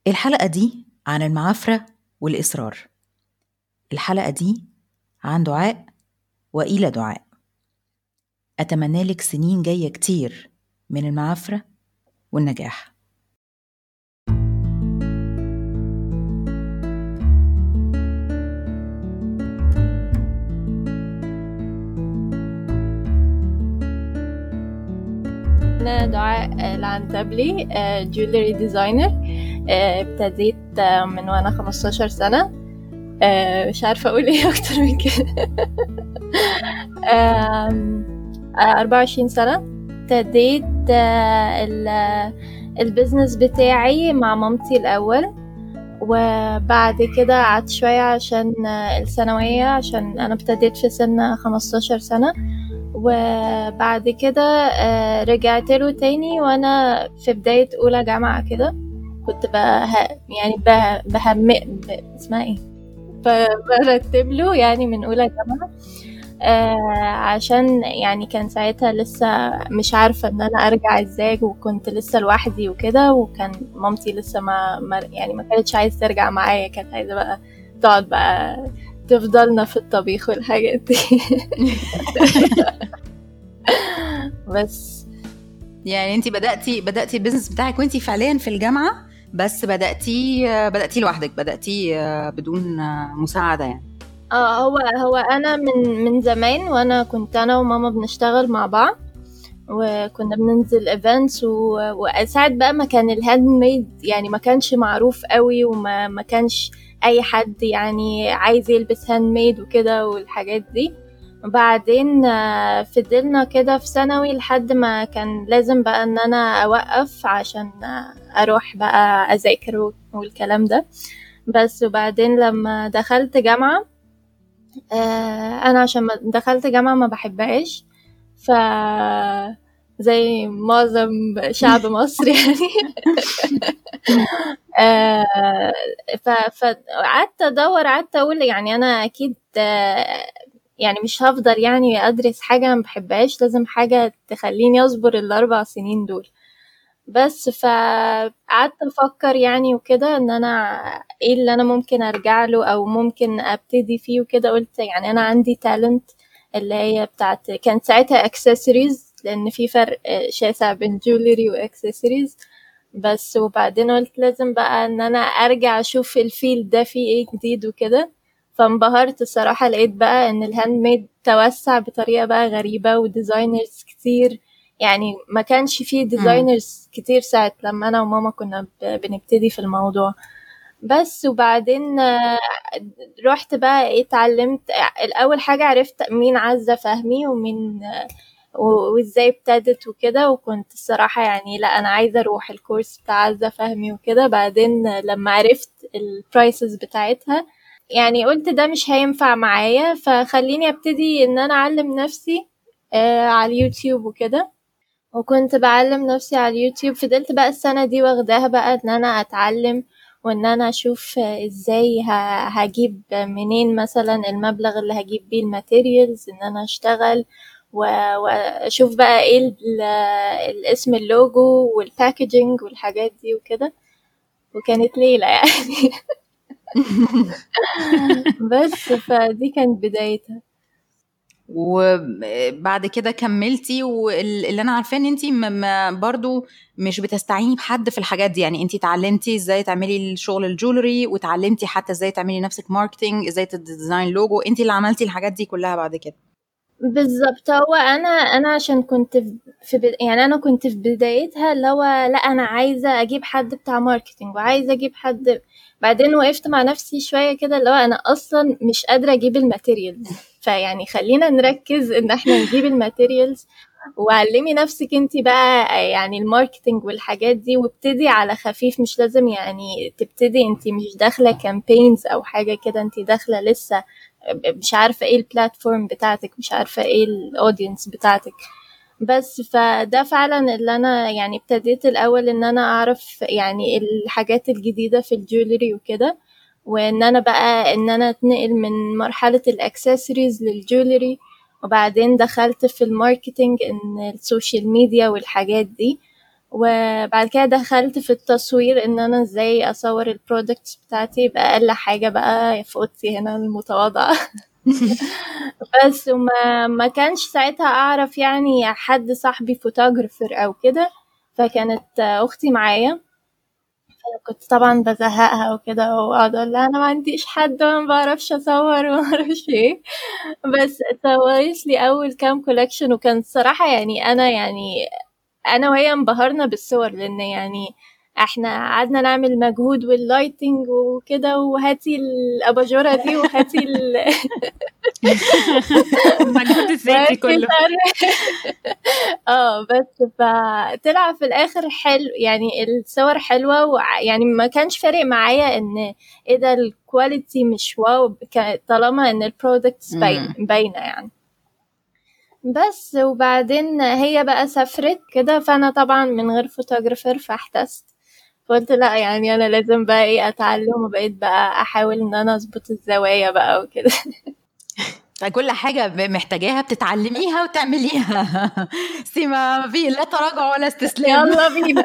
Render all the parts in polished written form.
الحلقة دي عن المعافرة والإصرار. الحلقة دي عن دعاء وإلى دعاء. أتمنى لك سنين جاية كتير من المعافرة والنجاح. أنا دعاء العنتبلي، جولري ديزاينر. ابتديت من وأنا 15 سنة. مش عارفة أقول إيه أكتر من كده. 24 سنة ابتديت البيزنس بتاعي مع مامتي الأول، وبعد كده قعدت شوية عشان الثانوية، عشان أنا ابتديت في سن 15 سنة. وبعد كده رجعت له تاني وانا في بداية اولى جامعة كده. كنت يعني اسمها ايه، برتب له يعني من اولى جامعة، عشان يعني كان ساعتها لسه مش عارفة ان انا ارجع ازاي، وكنت لسه لوحدي وكده، وكان مامتي لسه ما كانتش عايزة ترجع معايا، كانت عايزة بقى تقعد بقى تفضلنا في الطبيخ والحاجات دي. بس يعني انتي بدأتي البيزنس بتاعك وانتي فعليا في الجامعة، بس بدأتي لوحدك، بدأتي بدون مساعدة يعني. هو انا من زمان، وانا كنت انا وماما بنشتغل مع بعض، وكنا بننزل ايفنتس، وساعات بقى ما كان الهاند ميد يعني ما كانش معروف قوي، وما كانش اي حد يعني عايز يلبس هاند ميد وكده والحاجات دي. وبعدين فضلنا كده في ثانوي لحد ما كان لازم بقى ان انا اوقف عشان اروح بقى اذاكر والكلام ده. بس وبعدين لما دخلت جامعة، انا عشان ما دخلت جامعة ما بحبهاش، ف زي معظم شعب مصر يعني. فقعدت ادور، قعدت اقول يعني انا اكيد يعني مش هفضل يعني ادرس حاجة ما بحبهاش، لازم حاجة تخليني اصبر ال4 سنين دول. بس فقعدت افكر يعني وكده ان انا ايه اللي انا ممكن ارجع له او ممكن ابتدي فيه وكده. قلت يعني انا عندي تالنت اللي هي بتاعت، كانت ساعتها اكسسوارز، لان في فرق شاسع بين جولري واكسسوارز. بس وبعدين قلت لازم بقى ان انا ارجع اشوف الفيلد ده فيه ايه جديد وكده. فانبهرت الصراحة، لقيت بقى ان الهاند ميد توسع بطريقة بقى غريبة، وديزاينرز كتير، يعني ما كانش فيه ديزاينرز كتير ساعة لما انا وماما كنا بنبتدي في الموضوع. بس وبعدين رحت بقى ايه، اتعلمت الاول حاجة، عرفت مين عزة فهمي ومين وازاي ابتدت وكده. وكنت الصراحة يعني لا، انا عايزة اروح الكورس بتاع عزة فهمي وكده. بعدين لما عرفت البرايسز بتاعتها، يعني قلت ده مش هينفع معايا، فخليني ابتدي ان انا اعلم نفسي على اليوتيوب وكده. وكنت بعلم نفسي على اليوتيوب، فضلت بقى السنة دي واخداها بقى ان انا اتعلم، وان انا اشوف ازاي هجيب منين مثلا المبلغ اللي هجيب بيه الماتيريالز، ان انا اشتغل واشوف بقى ايه الاسم، اللوجو والباكجينج والحاجات دي وكده. وكانت ليلة يعني. بس فدي كانت بدايتها. وبعد كده كملتي، واللي انا عارفاه ان انتي برضو مش بتستعيني بحد في الحاجات دي، يعني انتي اتعلمتي ازاي تعملي الشغل الجولري، وتعلمتي حتى ازاي تعملي نفسك ماركتينج، ازاي تديزاين لوجو، انتي اللي عملتي الحاجات دي كلها بعد كده. بالظبط. هو انا عشان كنت يعني انا كنت في بدايتها، اللي هو لا انا عايزه اجيب حد بتاع ماركتينج، وعايزه اجيب حد. بعدين وقفت مع نفسي شويه كده، اللي هو انا اصلا مش قادره اجيب الماتيريالز، فيعني خلينا نركز ان احنا نجيب الماتيريالز، وعلمي نفسك انتي بقى يعني الماركتينج والحاجات دي، وابتدي على خفيف. مش لازم يعني تبتدي انتي مش داخله كامبينز او حاجه كده، انتي داخله لسه مش عارفة ايه البلاتفورم بتاعتك، مش عارفة ايه الاودينس بتاعتك. بس فده فعلا اللي انا يعني ابتديت الاول ان انا اعرف يعني الحاجات الجديدة في الجولري وكده، وان انا بقى ان انا اتنقل من مرحلة الاكسسوارز للجولري. وبعدين دخلت في الماركتينج، ان السوشيال ميديا والحاجات دي. وبعد كده دخلت في التصوير ان انا ازاي اصور البرودكتس بتاعتي باقل حاجه بقى في اوضتي هنا المتواضعه. بس وما كانش ساعتها اعرف يعني حد صاحبي فوتوغرافر او كده، فكانت اختي معايا، كنت طبعا بزهقها وكده واقعد اقول لها انا ما عنديش حد وما بعرفش اصور وما اعرفش ايه، بس صورت لي اول كام كولكشن. وكان صراحه يعني انا وهي انبهرنا بالصور، لان يعني احنا قعدنا نعمل مجهود واللايتنج وكده، وهاتي الاباجوره دي وهاتي المجهود الذاتي كله. بس فطلع في الاخر حلو، يعني الصور حلوه، ويعني ما كانش فارق معايا ان ايه ده الكواليتي مش واو، طالما ان البرودكتس باينه يعني. بس وبعدين هي بقى سافرت كده، فانا طبعا من غير فوتوغرافر فاحتست، فقلت لا يعني انا لازم بقى ايه اتعلم، وبقيت بقى احاول ان انا اظبط الزوايا بقى وكده. كل حاجة محتاجاها بتتعلميها وتعمليها. سيما في لا تراجع ولا استسلام. يلا بينا.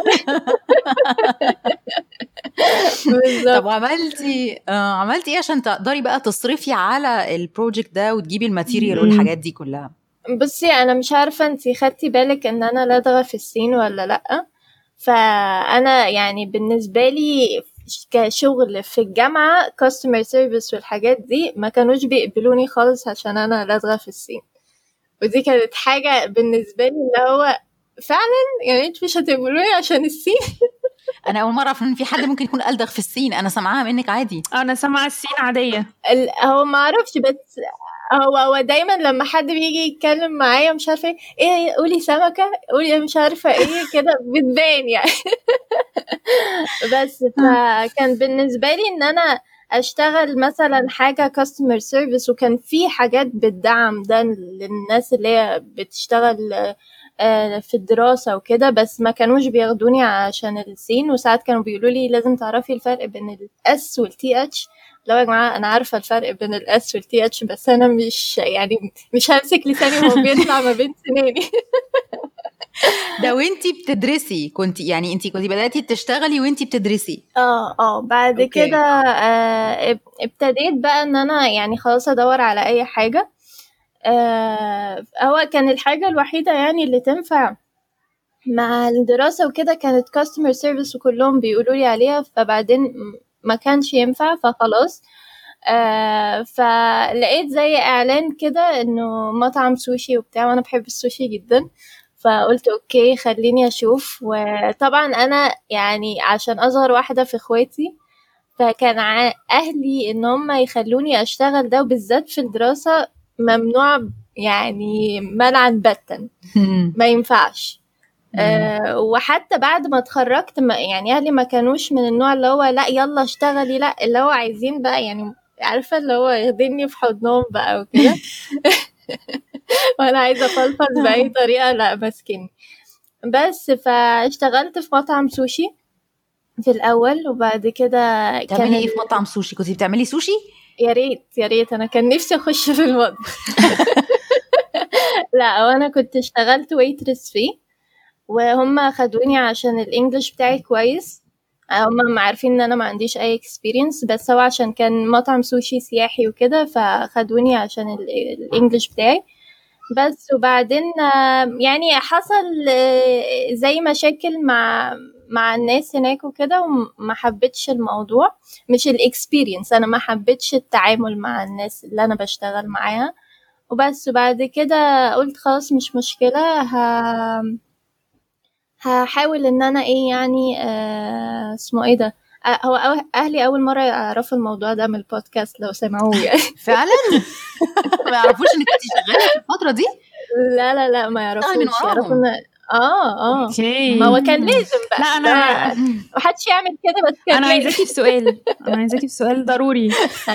طب عملتي ايه عشان تقدري بقى تصرفي على البروجكت ده وتجيبي الماتيريال والحاجات دي كلها؟ بصي انا مش عارفة انتي خدتي بالك ان انا لدغة في الصين ولا لأ. فانا يعني بالنسبة لي كشغل في الجامعة customer service والحاجات دي ما كانوش بيقبلوني خالص عشان انا لدغة في الصين، ودي كانت حاجة بالنسبة لي اللي هو فعلا يعني انت مش هتقبلوني عشان الصين. انا اول مرة اعرف ان في حد ممكن يكون ألدغ في الصين، انا سامعاها منك عادي. انا سامعة الصين عادية. هو ما اعرفش، بس هو دايما لما حد بيجي يتكلم معايا مش عارفه ايه قولي سمكه، قولي مش عارفه ايه كده بتبان يعني. بس فكان بالنسبه لي ان انا اشتغل مثلا حاجه كاستمر سيرفيس، وكان في حاجات بتدعم ده للناس اللي هي بتشتغل في الدراسة وكده، بس ما كانوش بياخدوني عشان السين. وساعات كانوا بيقولوا لي لازم تعرفي الفرق بين الاس والتي اتش. لو يا جماعة انا عارفة الفرق بين الاس والتي اتش، بس انا مش همسك لساني وهو بيطلع ما بين سناني. ده وانتي بتدرسي يعني انتي كنتي بدأتي تشتغلي وانتي بتدرسي؟ بعد كده ابتديت بقى ان انا يعني خلاص ادور على اي حاجة. هو كان الحاجة الوحيدة يعني اللي تنفع مع الدراسة وكده كانت customer service، وكلهم بيقولوا لي عليها، فبعدين ما كانش ينفع فخلاص. فلقيت زي اعلان كده انه مطعم سوشي وبتاع، وانا بحب السوشي جدا، فقلت اوكي خليني اشوف. وطبعا انا يعني عشان اصغر واحدة في اخواتي، فكان اهلي ان هم يخلوني اشتغل ده، وبالذات في الدراسة ممنوع يعني منعا باتا، ما ينفعش. وحتى بعد ما اتخرجت يعني اهلي ما كانوش من النوع اللي هو لا يلا اشتغلي، لا اللي هو عايزين بقى يعني عارفة اللي هو ياخدني في حضنهم بقى وكده. وانا عايزة افلفل بأي طريقة، لا ماسكني. بس فاشتغلت في مطعم سوشي في الاول، وبعد كده تعملي ايه في مطعم سوشي؟ كنتي بتعملي سوشي؟ يا ريت انا كان نفسي اخش في المطبخ. لا وانا كنت اشتغلت ويترس فيه، وهم خدوني عشان الانجليش بتاعي كويس. هم عارفين ان انا ما عنديش اي اكسبيرينس، بس هو عشان كان مطعم سوشي سياحي وكده فخدوني عشان الانجليش بتاعي. بس وبعدين يعني حصل زي مشاكل مع الناس هناك وكده، وما حبيتش الموضوع، مش الاكسبيرينس، انا ما حبيتش التعامل مع الناس اللي انا بشتغل معاها. وبس وبعد كده قلت خلاص مش مشكلة، هحاول ان انا ايه يعني اسمه ايه ده، هو اهلي اول مره يعرفوا الموضوع ده من البودكاست لو سمعوه يعني. فعلا ما يعرفوش انك كنتي شغاله في الفتره دي؟ لا ما يعرفوش، يعرفوا ان اوكي. ما هو كان لازم بقى. لا انا محدش يعمل كده، بس كان انا عايزاكي في سؤال، ضروري.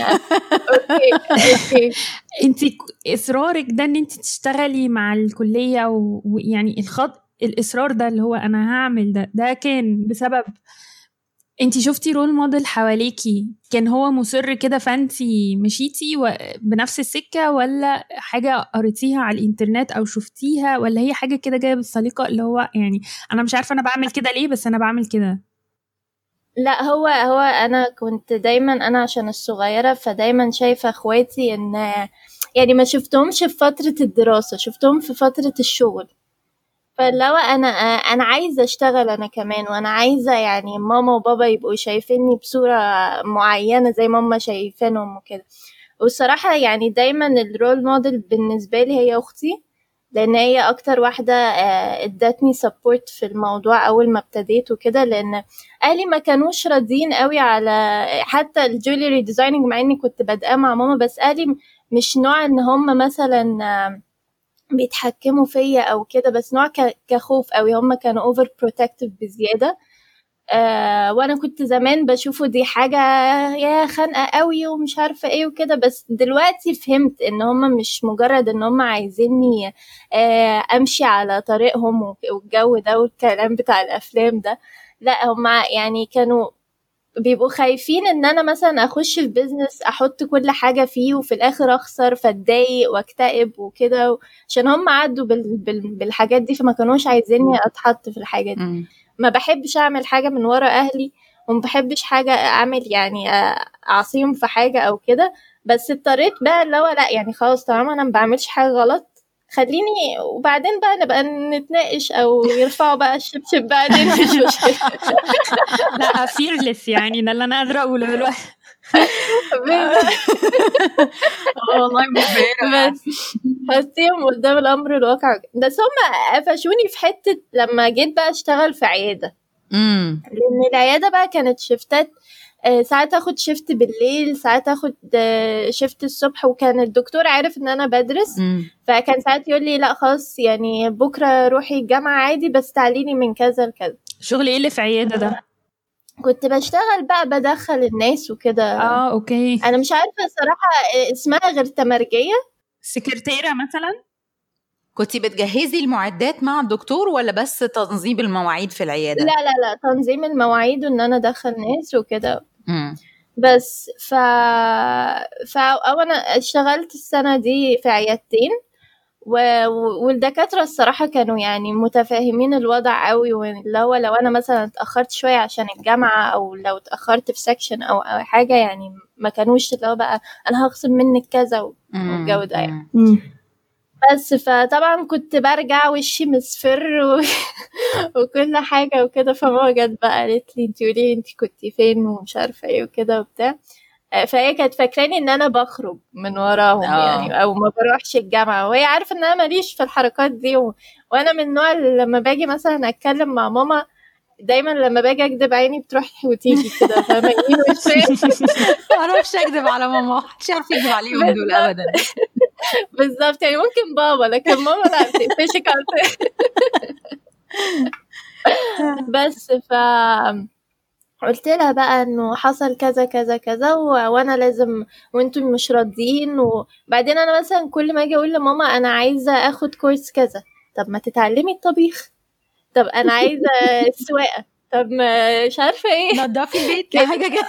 اوكي. انتي اصرارك ده ان انتي تشتغلي مع الكليه ويعني الاصرار ده اللي هو انا هعمل ده كان بسبب انتي شفتي رول موديل حواليكي كان هو مصر كده فانتي مشيتي بنفس السكة، ولا حاجة قريتيها على الانترنت او شفتيها، ولا هي حاجة كده جاية بالسليقة اللي هو يعني انا مش عارفة انا بعمل كده ليه بس انا بعمل كده؟ لا، هو انا كنت دايما، انا عشان الصغيرة فدايما شايفة اخواتي ان يعني ما شفتهمش في فترة الدراسة، شفتهم في فترة الشغل. فلو انا عايزة اشتغل انا كمان، وانا عايزة يعني ماما وبابا يبقوا شايفيني بصورة معينة زي ماما شايفينهم وكده. والصراحة يعني دايما الرول موديل بالنسبة لي هي اختي، لان هي اكتر واحدة ادتني سبورت في الموضوع اول ما ابتديت وكده. لان اهلي ما كانوش راضيين قوي على حتى الجولري ديزايننج، مع اني كنت بادئه مع ماما، بس اهلي مش نوع ان هم مثلا بيتحكموا فيا او كده، بس نوع كخوف قوي. هم كانوا اوفر بروتكتيف بزياده. وانا كنت زمان بشوفه دي حاجه يا خانقه قوي ومش عارفه ايه وكده، بس دلوقتي فهمت ان هم مش مجرد ان هم عايزيني امشي على طريقهم والجو ده والكلام بتاع الافلام ده. لا، هم يعني كانوا بيبقوا خايفين ان انا مثلا اخش في بيزنس احط كل حاجة فيه وفي الاخر اخسر فاتضايق واكتئب وكده، عشان هم عدوا بالحاجات دي، فما كانوش عايزيني اتحط في الحاجات دي. ما بحبش اعمل حاجة من ورا اهلي، وما بحبش حاجة اعمل يعني اعصيهم في حاجة او كده. بس اضطريت بقى اللي هو لا، يعني خلاص طالما انا ما بعملش حاجة غلط خليني، وبعدين بقى نبقى نتناقش او يرفعوا بقى الشبشب بعدين مش مشكلة. لا فيرلس يعني، ده اللي انا قادرة اقوله دلوقتي. والله مبهرة. بس حسيهم قدام الامر الواقع. بس هم قفشوني في حته لما جيت بقى اشتغل في عياده، لان العياده بقى كانت شفتات. ساعات اخد شفت بالليل، ساعات اخد شفت الصبح، وكان الدكتور عارف ان انا بدرس. فكان ساعات يقول لي لا خلاص يعني بكره روحي الجامعه عادي، بس تعليني من كذا لكذا. شغل ايه اللي في عياده ده؟ كنت بشتغل بقى بدخل الناس وكده. اوكي. انا مش عارفه صراحه اسمها غير تمرجيه. سكرتيره مثلا؟ كنتي بتجهزي المعدات مع الدكتور ولا بس تنظيم المواعيد في العيادة؟ لا، تنظيم المواعيد وان انا ادخل ناس وكده. بس او انا اشتغلت السنة دي في عيادتين، والدكاترة الصراحة كانوا يعني متفاهمين الوضع قوي. واللي هو لو انا مثلا اتأخرت شوية عشان الجامعة، او لو اتأخرت في سكشن او حاجة، يعني ما كانوش اللي هو بقى انا هخصم منك كذا والجو ده يعني. بس فطبعا كنت برجع وشي مصفر وكل حاجة وكده. فماما جت بقى قالت لي انتي وليه انتي كنتي فين ومش عارفة ايه وكده وبتاع. فهي كانت فاكراني ان انا بخرج من وراهم يعني، او ما بروحش الجامعة، وهي عارفة ان انا ماليش في الحركات دي. وانا من النوع اللي لما باجي مثلا اتكلم مع ماما دايما لما باجي اكدب عيني بتروح وتيجي كده، فاهمة ايه؟ ما اعرفش اكدب على ماما، مش عارف اكدب عليهم دول ابدا. بالظبط، يعني ممكن بابا، لكن ماما لا، بتقفشك على بس قلت لها بقى انه حصل كذا كذا كذا وانا لازم، وانتوا مش راضيين. وبعدين انا مثلا كل ما اجي اقول لماما انا عايزه اخد كورس كذا، طب ما تتعلمي الطبيخ، طب انا عايزه السواقه، طب مش عارفه ايه، نضفي البيت حاجه كده.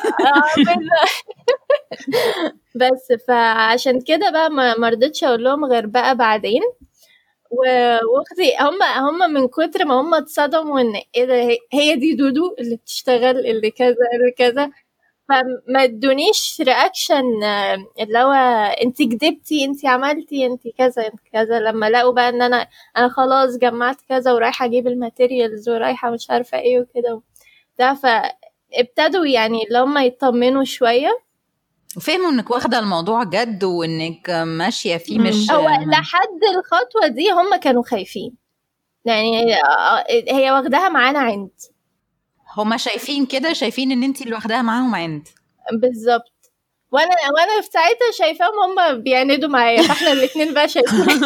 بس فعشان كده بقى ما رضيتش اقول لهم غير بقى بعدين. واختي هم من كتر ما هم اتصدموا ان ايه ده، هي دي دودو اللي بتشتغل اللي كذا اللي كذا، فما ادونيش رياكشن اللي هو انت كدبتي انت عملتي انت كذا انت كذا. لما لقوا بقى ان انا خلاص جمعت كذا ورايحه اجيب الماتيريالز ورايحه مش عارفه ايه وكده ده، فابتدوا يعني اللي هم يطمنوا شويه وفهموا انك واخده الموضوع جد وانك ماشيه فيه. مش هو لحد الخطوه دي هم كانوا خايفين، يعني هي واخداها معانا عند، هما شايفين كده، شايفين ان انتي اللي واخداها معاهم عند. بالظبط. وانا في ساعتها شايفاهم هم بيعندوا معايا، فاحنا الاثنين بقى شايفين.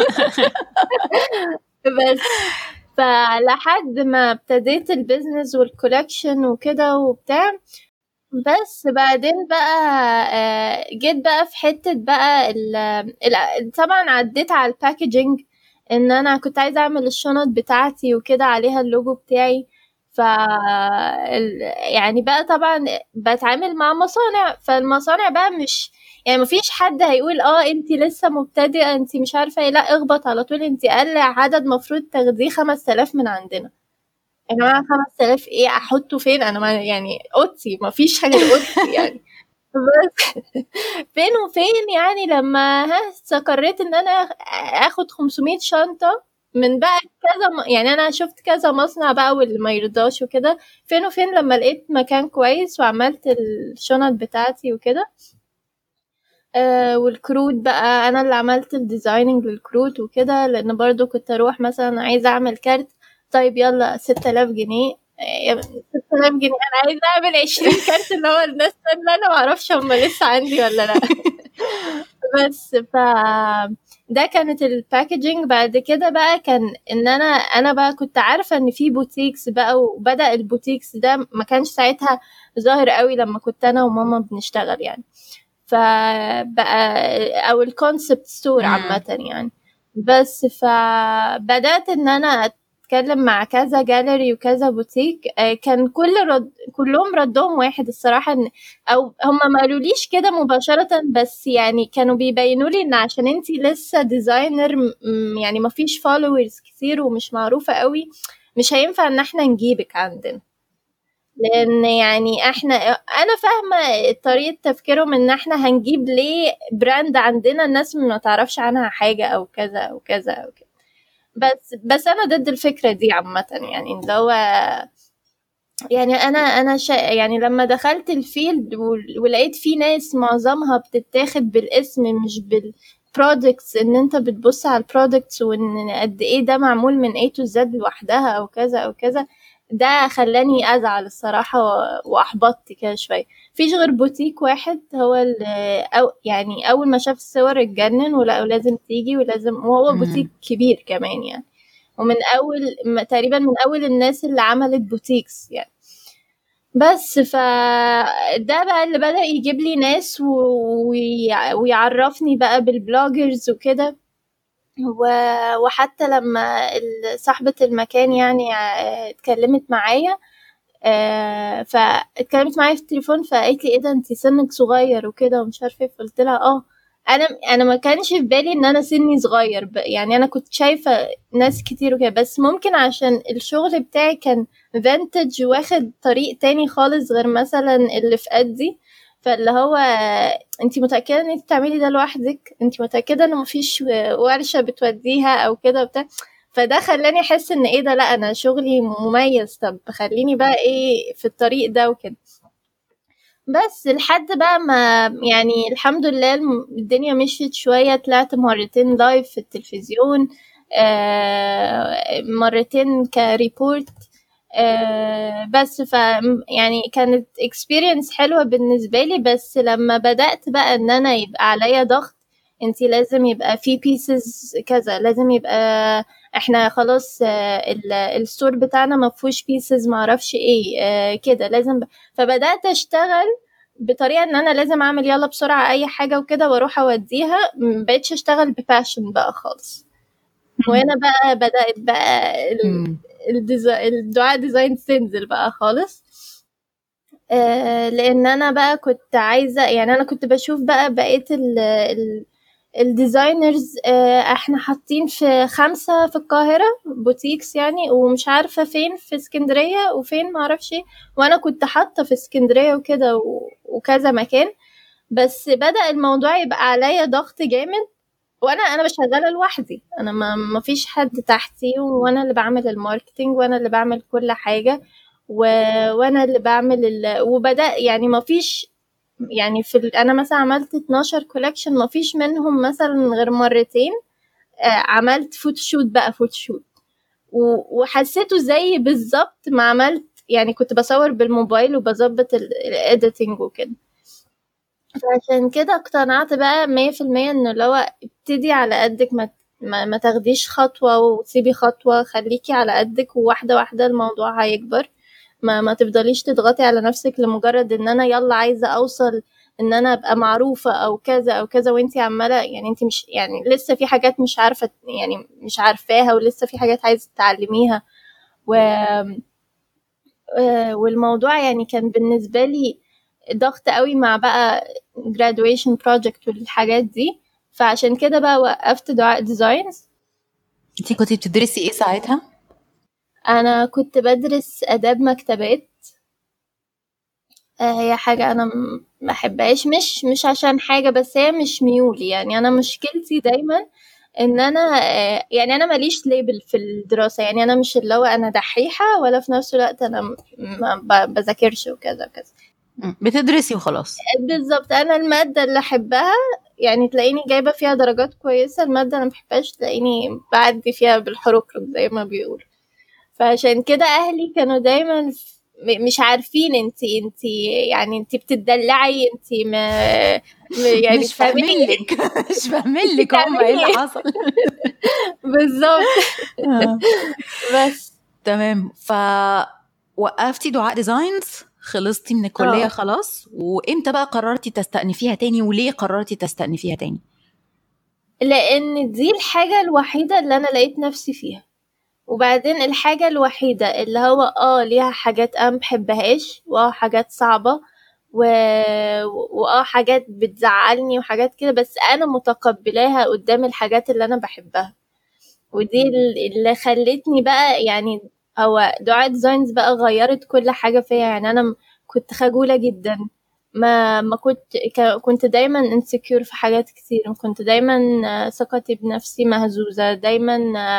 بس فلحد ما ابتديت البيزنس والكولكشن وكده وبتاع. بس بعدين بقى جيت بقى في حتة بقى طبعا عديت على الباكجينج، ان انا كنت عايزة اعمل الشنط بتاعتي وكده عليها اللوجو بتاعي. يعني بقى طبعا بتعامل مع مصانع، فالمصانع بقى مش يعني مفيش حد هيقول انت لسه مبتدئه انت مش عارفه ايه، لا اخبط على طول، انت اقل عدد مفروض تاخديه 5000 من عندنا. يا جماعه 5000 ايه احطه فين؟ انا ما يعني اوضتي مفيش حاجه اوضتي يعني. بس فين وفين يعني لما استقريت ان انا اخد 500 شنطه من بقى كذا يعني انا شفت كذا مصنع بقى واللي ما يرضاش وكده. فين وفين لما لقيت مكان كويس وعملت الشنط بتاعتي وكده. والكروت بقى انا اللي عملت الديزايننج للكروت وكده، لان برضو كنت اروح مثلا عايزه اعمل كارت، طيب يلا 6000 جنيه 6000 جنيه انا عايزه اعمل 20 كارت اللي هو الناس اللي انا معرفش هم لسه عندي ولا لا. بس ده كانت الباكجينج. بعد كده بقى كان ان انا بقى كنت عارفه ان في بوتيكس بقى، وبدأ البوتيكس ده ما كانش ساعتها ظاهر قوي لما كنت انا وماما بنشتغل يعني، فبقى او الكونسبت ستور عامه يعني. بس فبدأت ان انا اتكلم مع كذا جاليري وكذا بوتيك، كان كلهم ردهم واحد الصراحه، او هم ما قالوليش كده مباشره، بس يعني كانوا بيبينوا لي ان عشان انتي لسه ديزاينر يعني ما فيش فولورز كتير ومش معروفه قوي، مش هينفع ان احنا نجيبك عندنا، لان يعني انا فاهمه طريقه تفكيرهم ان احنا هنجيب ليه براند عندنا الناس ما تعرفش عنها حاجه او كذا او كذا او كده. بس انا ضد الفكره دي عامه، يعني اللي هو يعني انا يعني لما دخلت الفيلد ولقيت في ناس معظمها بتتاخد بالاسم مش بالبرودكتس، ان انت بتبص على البرودكتس وان قد ايه ده معمول من A to Z لوحدها او كذا او كذا، ده خلاني ازعل الصراحه واحبطت كده شويه. فيش غير بوتيك واحد هو أو يعني اول ما شاف الصور اتجنن ولا لازم تيجي ولازم، وهو بوتيك كبير كمان يعني، ومن اول تقريبا من اول الناس اللي عملت بوتيكس يعني. بس ده بقى اللي بدأ يجيب لي ناس ويعرفني بقى بالبلوجرز وكده. وحتى لما صاحبة المكان يعني اتكلمت معايا، فاتكلمت معايا في التليفون فقالت لي ايه ده انتي سنك صغير وكده ومش عارفه ايه، فقلت لها انا ما كانش في بالي ان انا سني صغير يعني انا كنت شايفه ناس كتير وكده، بس ممكن عشان الشغل بتاعي كان فانتج واخد طريق تاني خالص غير مثلا اللي في قدي، فاللي هو انتي متأكدة ان انتي بتعملي ده لوحدك، انتي متأكدة ان مفيش ورشة بتوديها او كده وبتاع، فده خلاني احس ان ايه ده، لا انا شغلي مميز، طب خليني بقى ايه في الطريق ده وكده. بس لحد بقى ما يعني الحمد لله الدنيا مشيت شوية، طلعت مرتين لايف في التلفزيون، مرتين كريبورت، بس يعني كانت experience حلوة بالنسبة لي. بس لما بدأت بقى ان انا يبقى عليا ضغط، انتي لازم يبقى في pieces كذا، لازم يبقى احنا خلاص الستور بتاعنا ما فيهوش pieces معرفش ايه كده لازم فبدأت اشتغل بطريقة ان انا لازم اعمل يلا بسرعة اي حاجة وكده واروح اوديها، مبقتش اشتغل بباشن بقى خالص. وهنا بقى بدأت بقى الدعاء ديزاين تنزل بقى خالص، لان انا بقى كنت عايزة يعني انا كنت بشوف بقى بقية الديزاينرز، احنا حاطين في 5 في القاهرة بوتيكس يعني، ومش عارفة فين في اسكندرية وفين معرفش ايه، وانا كنت حاطة في اسكندرية وكده وكذا مكان. بس بدأ الموضوع يبقى عليا ضغط جامد، وانا بشغله لوحدي، انا ما فيش حد تحتي، وانا اللي بعمل الماركتينج وانا اللي بعمل كل حاجة، وانا اللي بعمل وبدأ يعني ما فيش يعني انا مثلا عملت 12 كولكشن، ما فيش منهم مثلا غير مرتين عملت فوتوشوت بقى فوتوشوت، وحسيته زي بالظبط ما عملت يعني كنت بصور بالموبايل وبظبط الايديتنج وكده. فعشان كده اقتنعت بقى 100% انه لو ابتدي على قدك، ما تاخديش خطوة وتسيبي خطوة، خليكي على قدك وواحدة واحدة الموضوع هيكبر. ما تفضليش تضغطي على نفسك لمجرد ان انا يلا عايزة اوصل ان انا ابقى معروفة او كذا او كذا، وانتي عمالة يعني انتي مش يعني لسه في حاجات مش عارفة يعني مش عارفاها، ولسه في حاجات عايزة تتعلميها والموضوع يعني كان بالنسبة لي ضغط قوي مع بقى graduation project والحاجات دي، فعشان كده بقى وقفت دعاء ديزاينز. انتي كنتي بتدرسي ايه ساعتها؟ انا كنت بدرس اداب مكتبات. هي حاجة انا ما احبهاش، مش عشان حاجة، بس هي مش ميولي. يعني انا مشكلتي دايما ان انا يعني انا ماليش ليبل في الدراسة. يعني انا مش اللي هو انا دحيحة، ولا في نفس الوقت انا ما بذاكرش وكذا وكذا. بتدرسي وخلاص. بالظبط. انا المادة اللي احبها يعني تلاقيني جايبة فيها درجات كويسة، المادة انا محبهاش تلاقيني بعدي فيها بالحركرك زي ما بيقولوا. فعشان كده اهلي كانوا دايما مش عارفين انتي يعني انتي بتدلعي، انتي يعني مش فاهمين لك مش فاهمين لك هم ايه اللي حصل. بالظبط. بس تمام. وقفتي دعاء ديزاينز، خلصتي من الكلية خلاص، وامتى بقى قررتي تستأنفيها تاني؟ وليه قررتي تستأنفيها تاني؟ لان دي الحاجة الوحيدة اللي انا لقيت نفسي فيها. وبعدين الحاجة الوحيدة اللي هو ليها حاجات انا مبحبهاش، حاجات صعبة، حاجات بتزعلني وحاجات كده، بس انا متقبلاها قدام الحاجات اللي انا بحبها. ودي اللي خلتني بقى يعني هو دعاء ديزاينز بقى غيرت كل حاجة فيها. يعني انا كنت خجولة جدا، ما كنت دايما انسكيور في حاجات كتير، كنت دايما ثقتي بنفسي مهزوزة دايما.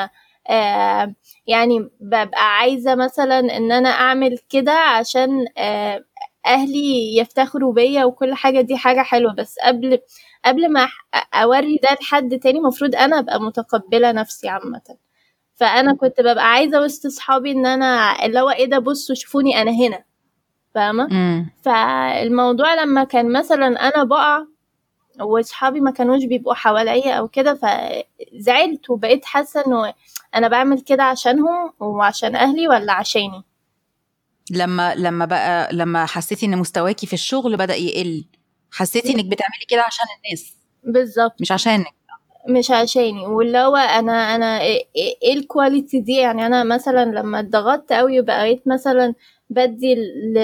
يعني ببقى عايزة مثلا ان انا اعمل كده عشان اهلي يفتخروا بيا وكل حاجة، دي حاجة حلوة، بس قبل ما اوري ده لحد تاني مفروض انا ابقى متقبلة نفسي عامة. فانا كنت ببقى عايزة وسط صحابي ان انا اللي هو ايه ده، بصوا شوفوني انا هنا، فاهمة؟ فالموضوع لما كان مثلا انا بقع واصحابي ما كانوش بيبقوا حواليا او كده، فزعلت وبقيت حاسة انه انا بعمل كده عشانهم وعشان اهلي ولا عشاني. لما حسيتي ان مستواكي في الشغل بدأ يقل، حسيتي انك بتعملي كده عشان الناس؟ بالظبط، مش عشانك. مش عشاني. واللي هو انا ايه الكواليتي دي؟ يعني انا مثلا لما اتضغطت قوي وبقيت مثلا بدي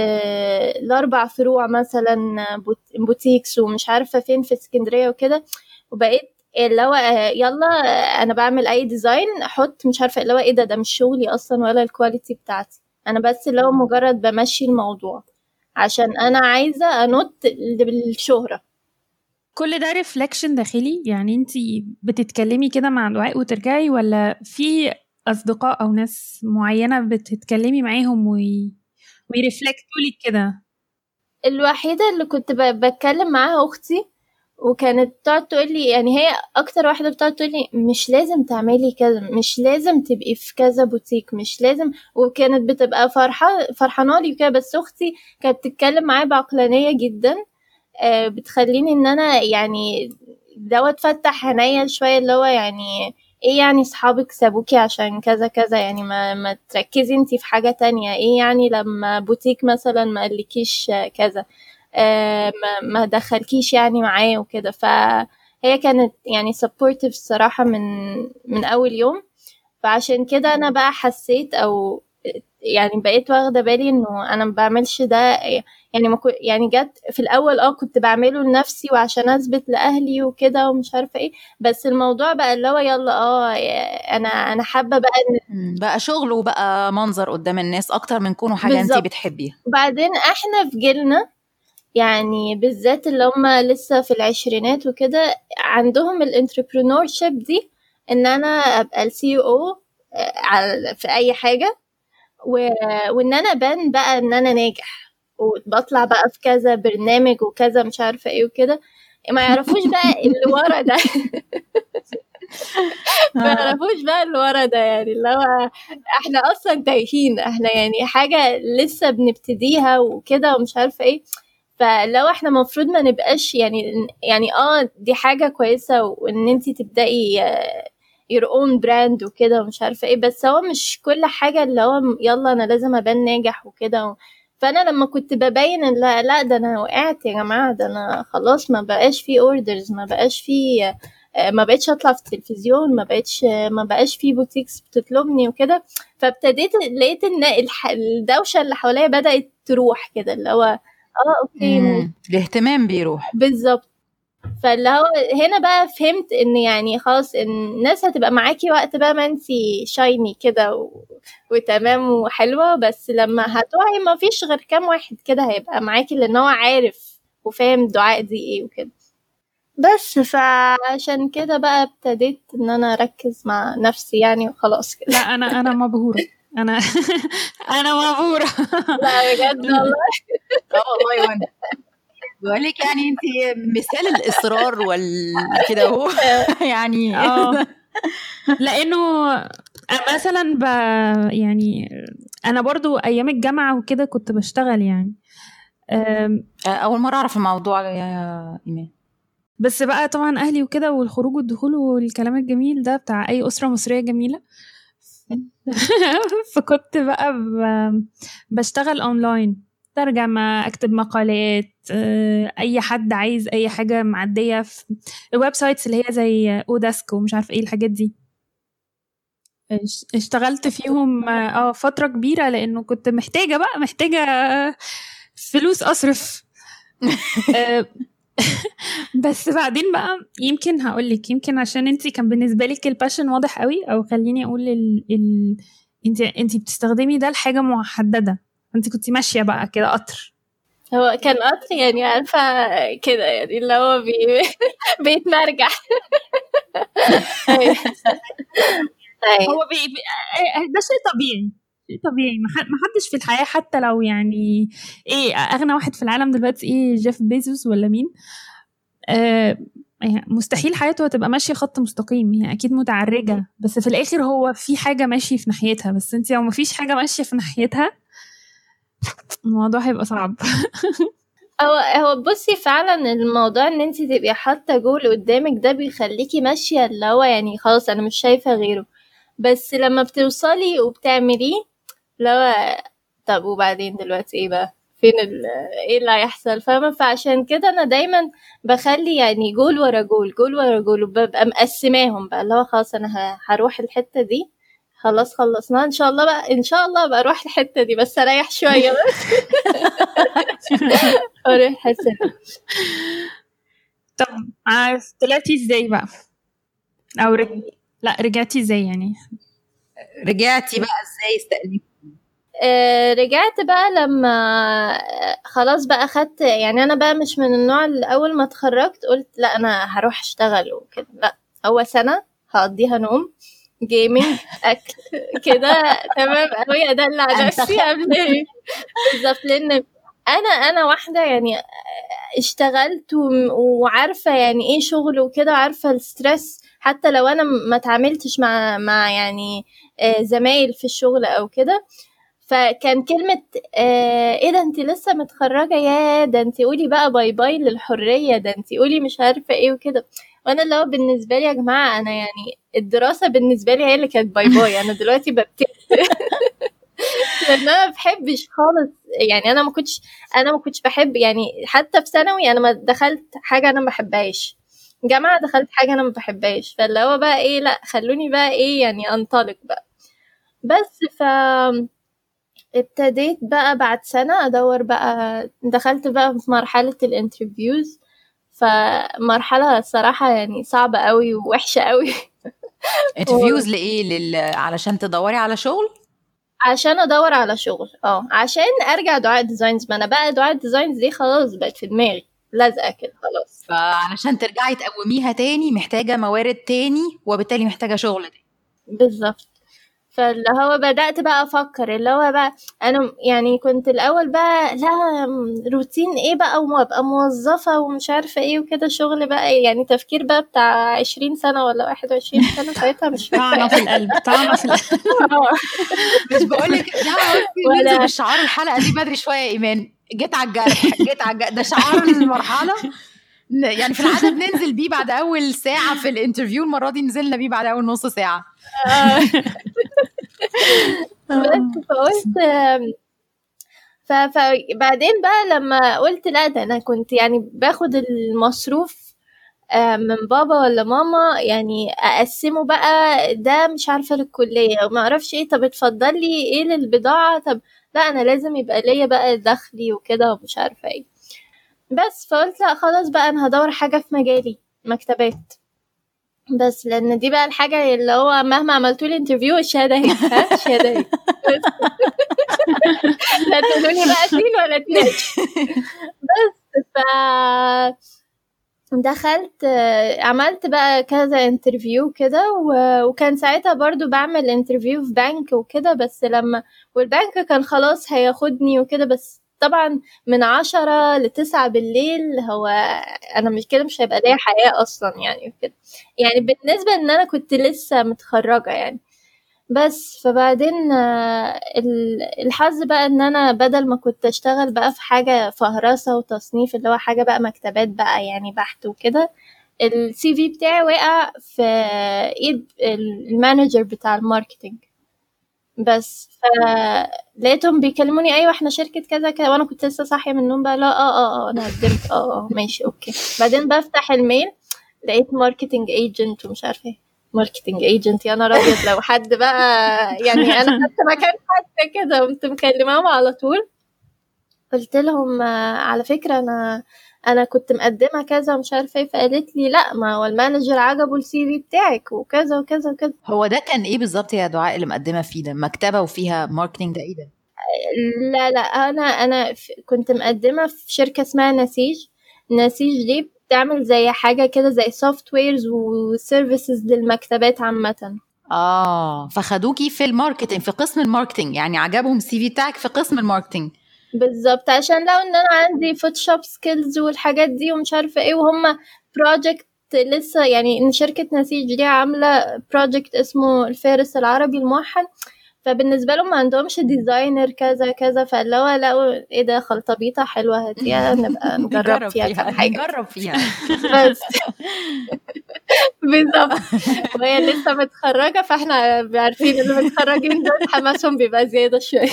4 فروع مثلا بوتيكس ومش عارفة فين في اسكندرية وكده، وبقيت اللي هو يلا انا بعمل اي ديزاين احط مش عارفة اللي هو ايه ده مش شغلي اصلا ولا الكواليتي بتاعتي، انا بس اللي هو مجرد بمشي الموضوع عشان انا عايزة انط بالشهرة. كل ده ريفلكشن داخلي؟ يعني انتي بتتكلمي كده مع دعاء وترجعي، ولا في اصدقاء او ناس معينة بتتكلمي معاهم ويرفلكتوا لك كده؟ الوحيدة اللي كنت بتكلم معاها اختي، وكانت تقعد تقولي، يعني هي اكتر واحدة بتقعد تقولي مش لازم تعملي كذا، مش لازم تبقي في كذا بوتيك، مش لازم. وكانت بتبقى فرحانة لي وكده. بس اختي كانت بتتكلم معايا بعقلانية جدا، بتخليني ان انا يعني فتح عينيا شوية، اللي هو يعني ايه يعني صحابك سابوكي عشان كذا كذا؟ يعني ما تركزي انتي في حاجة تانية. ايه يعني لما بوتيك مثلا ما قالكيش كذا، ما دخلكيش يعني معاه وكده. فهي كانت يعني supportive الصراحة من اول يوم. فعشان كده انا بقى حسيت او يعني بقيت واخدة بالي انه انا ما بعملش ده. يعني ما يعني جت في الاول كنت بعمله لنفسي وعشان اثبت لاهلي وكده ومش عارفه ايه، بس الموضوع بقى اللي هو يلا انا حابه بقى بقى شغل وبقى منظر قدام الناس اكتر من كونه حاجه انت بتحبيها. وبعدين احنا في جيلنا يعني بالذات اللي هم لسه في العشرينات وكده عندهم الانتربرينور شيب دي، ان انا ابقى السي او في اي حاجه، وان انا بان بقى ان انا ناجح وبطلع بقى في كذا برنامج وكذا مش عارفه ايه وكده. ما يعرفوش بقى اللي ورا ده ما يعرفوش بقى اللي ورا ده، يعني اللي هو احنا اصلا تايهين، احنا يعني حاجه لسه بنبتديها وكده ومش عارفه ايه. فلو احنا مفروض ما نبقاش يعني دي حاجه كويسه وان انتي تبداي your own brand وكده ومش عارفه ايه، بس هو مش كل حاجه اللي هو يلا انا لازم ابان ناجح وكده. فانا لما كنت ببين لا ده انا وقعت يا جماعه، ده انا خلاص ما بقاش في orders، ما بقاش في ما بقتش اطلع في التلفزيون، ما بقاش في بوتيكس بتطلبني وكده. فابتديت لقيت ان الدوشه اللي حواليا بدات تروح كده، اللي هو اوكي الاهتمام بيروح بالظبط. فاللي هو هنا بقى فهمت ان يعني خلاص الناس هتبقى معاكي وقت بقى ما انتي شايني كده وتمام وحلوة، بس لما هتوعي ما فيش غير كام واحد كده هيبقى معاكي، لان هو عارف وفاهم دعاء دي ايه وكده. بس فعشان كده بقى ابتديت ان انا اركز مع نفسي يعني، وخلاص كده. لا انا مبهورة، انا مبهورة. لا بجد والله. والله وانا بقول لك يعني انت مثال الاصرار والكده اهو يعني لانه مثلا يعني انا برضو ايام الجامعة وكده كنت بشتغل يعني. اول مرة اعرف الموضوع يا ايمان. بس بقى طبعا اهلي وكده والخروج والدخول والكلام الجميل ده بتاع اي اسرة مصرية جميلة. فكنت بقى بشتغل اونلاين، ترجمة، اكتب مقالات، اي حد عايز اي حاجة معدية في الويب سايتس اللي هي زي اوداسك ومش عارفة ايه الحاجات دي. اشتغلت فيهم فترة كبيرة لانه كنت محتاجة فلوس اصرف. بس بعدين بقى يمكن هقولك، يمكن عشان انتي كان بالنسبة لك الباشن واضح قوي، او خليني اقول انتي بتستخدمي ده لحاجة محددة، انتي كنتي ماشية بقى كده قطر. هو كان قطر يعني، عارفة كده يعني اللي هو بيتمرجع. هو ده شيء طبيعي، ما حدش في الحياة حتى لو يعني ايه اغنى واحد في العالم دلوقتي ايه جيف بيزوس ولا مين، مستحيل حياته هتبقى ماشية خط مستقيم، هي أكيد متعرجة، بس في الآخر هو في حاجة ماشية في ناحيتها، بس انتي لو مفيش حاجة ماشية في ناحيتها الموضوع هيبقى صعب. هو بصي فعلا الموضوع ان انتي تبقي حاطة جول قدامك ده بيخليكي ماشية، اللي هو يعني خلاص انا مش شايفة غيره، بس لما بتوصلي وبتعمليه لو طب وبعدين دلوقتي ايه بقى، فين ايه اللي هيحصل، فاهمة؟ فعشان كده انا دايما بخلي يعني جول ورا جول، جول ورا جول، وببقى مقسماهم بقى، اللي هو خلاص انا هروح الحتة دي، خلاص خلصنا ان شاء الله بقى، ان شاء الله بقى اروح الحتة دي، بس اريح شوية بس. اروح الحتة دي. طب طلعتي ازاي بقى، او رجعتي ازاي يعني؟ رجعتي بقى ازاي استقلتي؟ رجعت بقى لما خلاص بقى خدت، يعني انا بقى مش من النوع اللي اول ما اتخرجت قلت لا انا هروح اشتغل وكده، لا، اول سنة هقضيها نوم، جيمنج، اكل كده تمام قوي، ادلع نفسي قبل بالظبط، لان انا واحدة يعني اشتغلت وعارفة يعني ايه شغل وكده، عارفة الستريس، حتى لو انا ما تعاملتش مع يعني زمايل في الشغل او كده. فكان كلمة ايه ده انتي لسه متخرجة، يا ده انتي قولي بقى باي باي للحرية، ده انتي قولي مش عارفة ايه وكده. وانا اللي هو بالنسبة لي يا جماعة انا يعني الدراسة بالنسبة لي هي اللي كانت باي باي، انا دلوقتي ببتدي. لان انا ما بحبش خالص يعني، انا ما كنتش بحب يعني، حتى في ثانوي انا ما دخلت حاجة انا ما بحبهاش، جامعة دخلت حاجة انا ما بحبهاش، فاللي هو بقى ايه، لا خلوني بقى ايه يعني انطلق بقى. بس ابتديت بقى بعد سنة ادور بقى، دخلت بقى في مرحلة الانترفيوز، فمرحلة صراحة يعني صعبة قوي ووحشة قوي. انترفيوز لإيه؟ علشان تدوري على شغل؟ عشان ادور على شغل، عشان ارجع دعاء ديزاينز، ما انا بقى دعاء ديزاينز دي خلاص بقت في دماغي لازقة كده خلاص، فعلشان ترجعي تقوميها تاني محتاجة موارد تاني، وبالتالي محتاجة شغل تاني. بالظبط. فاللي هو بدأت بقى أفكر، اللي هو بقى أنا يعني كنت الأول بقى لا روتين إيه بقى، وأبقى موظفة ومش عارفة إيه وكده، شغل بقى يعني تفكير بقى بتاع 20 سنة ولا 21 سنة ساعتها، مش فاكرة. طعنة في القلب. مش بقولك ننزل بالشعار الحلقة دي بدري شوية يا إيمان، جيت على الجرح ده شعار المرحلة يعني، في العادة بننزل بيه بعد أول ساعة في الانترفيو، المرة دي نزلنا بيه بعد أول نص ساعة. بس فقلت فبعدين بقى لما قلت لا ده انا كنت يعني باخد المصروف من بابا ولا ماما، يعني اقسمه بقى ده مش عارفه للكليه وما اعرفش ايه، طب اتفضل لي ايه للبضاعه، طب لا انا لازم يبقى ليا بقى دخلي وكده ومش عارفه ايه. بس فقلت لا خلاص بقى انا هدور حاجه في مجالي مكتبات، بس لان دي بقى الحاجه اللي هو مهما عملتوا لي انترفيو الشهاده هي الشهاده هي لا تقولوا لي بقى سين ولا تناش. بس ف دخلت عملت بقى كذا انترفيو كده، وكان ساعتها برضو بعمل انترفيو في بنك وكده، بس لما والبنك كان خلاص هياخدني وكده، بس طبعا من 10 ل9 بالليل، هو انا مش كده مش هيبقى ليا حياة اصلا يعني كده، يعني بالنسبة ان انا كنت لسه متخرجة يعني. بس فبعدين الحظ بقى ان انا بدل ما كنت اشتغل بقى في حاجة فهرسة وتصنيف اللي هو حاجة بقى مكتبات بقى يعني بحث وكده، السي في بتاعي وقع في ايد المانجر بتاع الماركتينج. بس فلقيتهم بيكلموني ايوه احنا شركة كذا كذا، وانا كنت لسه صاحية من النوم بقى لا انا قدمت ماشي اوكي. بعدين بفتح الميل لقيت ماركتينج ايجنت ومش عارفه ايه، ماركتينج ايجنت يا نهار ابيض. لو حد بقى يعني انا خدت مكان حد كده قمت مكلماهم على طول، قلت لهم على فكره انا كنت مقدمه كذا ومش عارفه ايه، فقالت لي لا ما هو المانجر عجبه السي في بتاعك وكذا وكذا وكذا. هو ده كان ايه بالظبط يا دعاء اللي مقدمه فيه ده؟ مكتبه وفيها ماركتنج، ده ايه ده؟ لا انا كنت مقدمه في شركه اسمها نسيج دي بتعمل زي حاجه كده زي سوفت ويرز وسيرفيسز للمكتبات عامه. فخدوكي في الماركتنج، في قسم الماركتنج، يعني عجبهم السي في بتاعك في قسم الماركتنج بالظبط، عشان لو ان انا عندي فوتوشوب سكيلز والحاجات دي ومش عارفه ايه، وهم بروجكت لسه يعني ان شركه نسيج دي عامله بروجكت اسمه الفارس العربي الموحد، فبالنسبه لهم ما عندهمش ديزاينر كذا كذا، فاللي هو لقوا ايه ده خلطبيطه حلوه هاتيها نبقى نجرب فيها كام حاجه نجرب فيها بس بالظبط. وهي لسه متخرجه، فاحنا عارفين اللي متخرجين دول حماسهم بيبقى زياده شويه.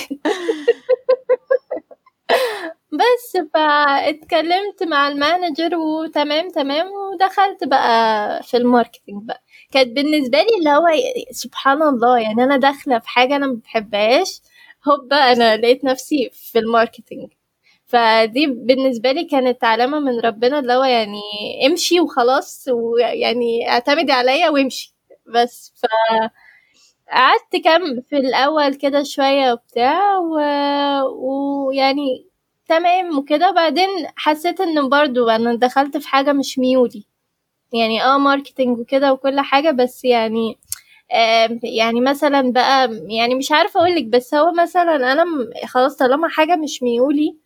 بس فاتكلمت مع المانجر وتمام ودخلت بقى في الماركتينج بقى. كانت بالنسبه لي اللي هو سبحان الله، يعني انا داخله في حاجه انا ما بحبهاش، هوبا انا لقيت نفسي في الماركتينج. فدي بالنسبه لي كانت علامه من ربنا، اللي هو يعني امشي وخلاص، ويعني اعتمدي عليا وامشي بس. قعدت كام في الاول كده شويه وبتاع ويعني تمام وكده. بعدين حسيت ان برضو انا دخلت في حاجه مش ميولي، يعني ماركتينج وكده وكل حاجه، بس يعني يعني مثلا بقى يعني مش عارفه اقولك، بس هو مثلا انا خلاص طالما حاجه مش ميولي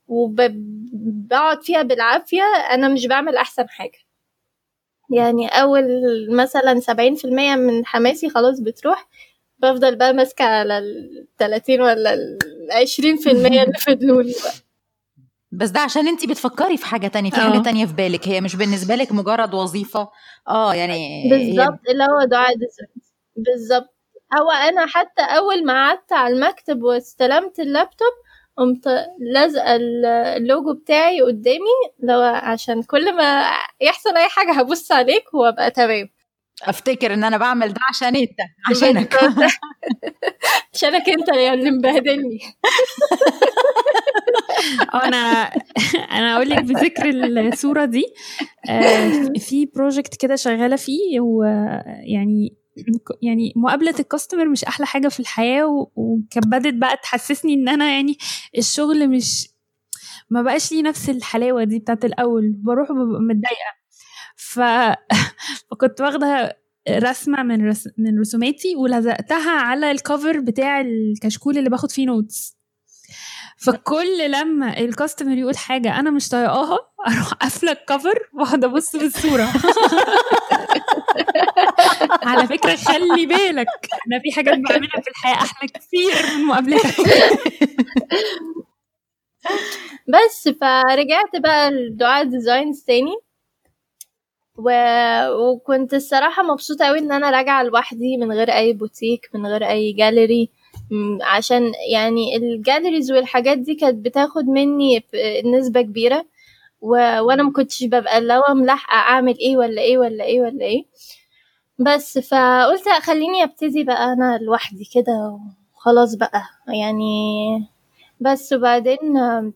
وبقعد فيها بالعافيه، انا مش بعمل احسن حاجه. يعني اول مثلا 70% من حماسي خلاص بتروح، بفضل بقى ماسكة على 30 ولا 20% اللي فضلولي بقى. بس ده عشان انتي بتفكري في حاجة تانية، في حاجة تانية في بالك، هي مش بالنسبة لك مجرد وظيفة. يعني بالظبط اللي هو دعاء ديزاين بالظبط. هو انا حتى اول ما قعدت على المكتب واستلمت اللابتوب قمت لازقه اللوجو بتاعي قدامي، لو عشان كل ما يحصل اي حاجه هبص عليك وابقى تمام، افتكر ان انا بعمل ده عشان انت، عشانك عشانك انت اللي مبهدلني. انا اقول لك بذكر الصوره دي، في بروجكت كده شغاله فيه، يعني مقابله الكاستمر مش احلى حاجه في الحياه، وكبدت بقى تحسسني ان انا يعني الشغل مش ما بقاش لي نفس الحلاوه دي بتاعت الاول، بروح وببقى متضايقه. فكنت واخده رسمه من رسوماتي ولزقتها على الكفر بتاع الكشكول اللي باخد فيه نوتس. فكل لما الكاستمر يقول حاجه انا مش طايقاها اروح قافله الكفر واقعد ابص في الصوره. على فكره خلي بالك انا في حاجات بعملها في الحياه احلى كتير من مقابلتك. بس فرجعت بقى لدعاء ديزاينز تاني، وكنت الصراحة مبسوطة قوي ان انا راجعة لوحدي من غير اي بوتيك من غير اي جاليري، عشان يعني الجاليريز والحاجات دي كانت بتاخد مني نسبة كبيرة، وانا ما كنتش ببقى اللي هو ملاحقه اعمل ايه ولا ايه ولا ايه ولا ايه. بس فقلت خليني ابتدي بقى انا لوحدي كده وخلاص بقى يعني. بس وبعدين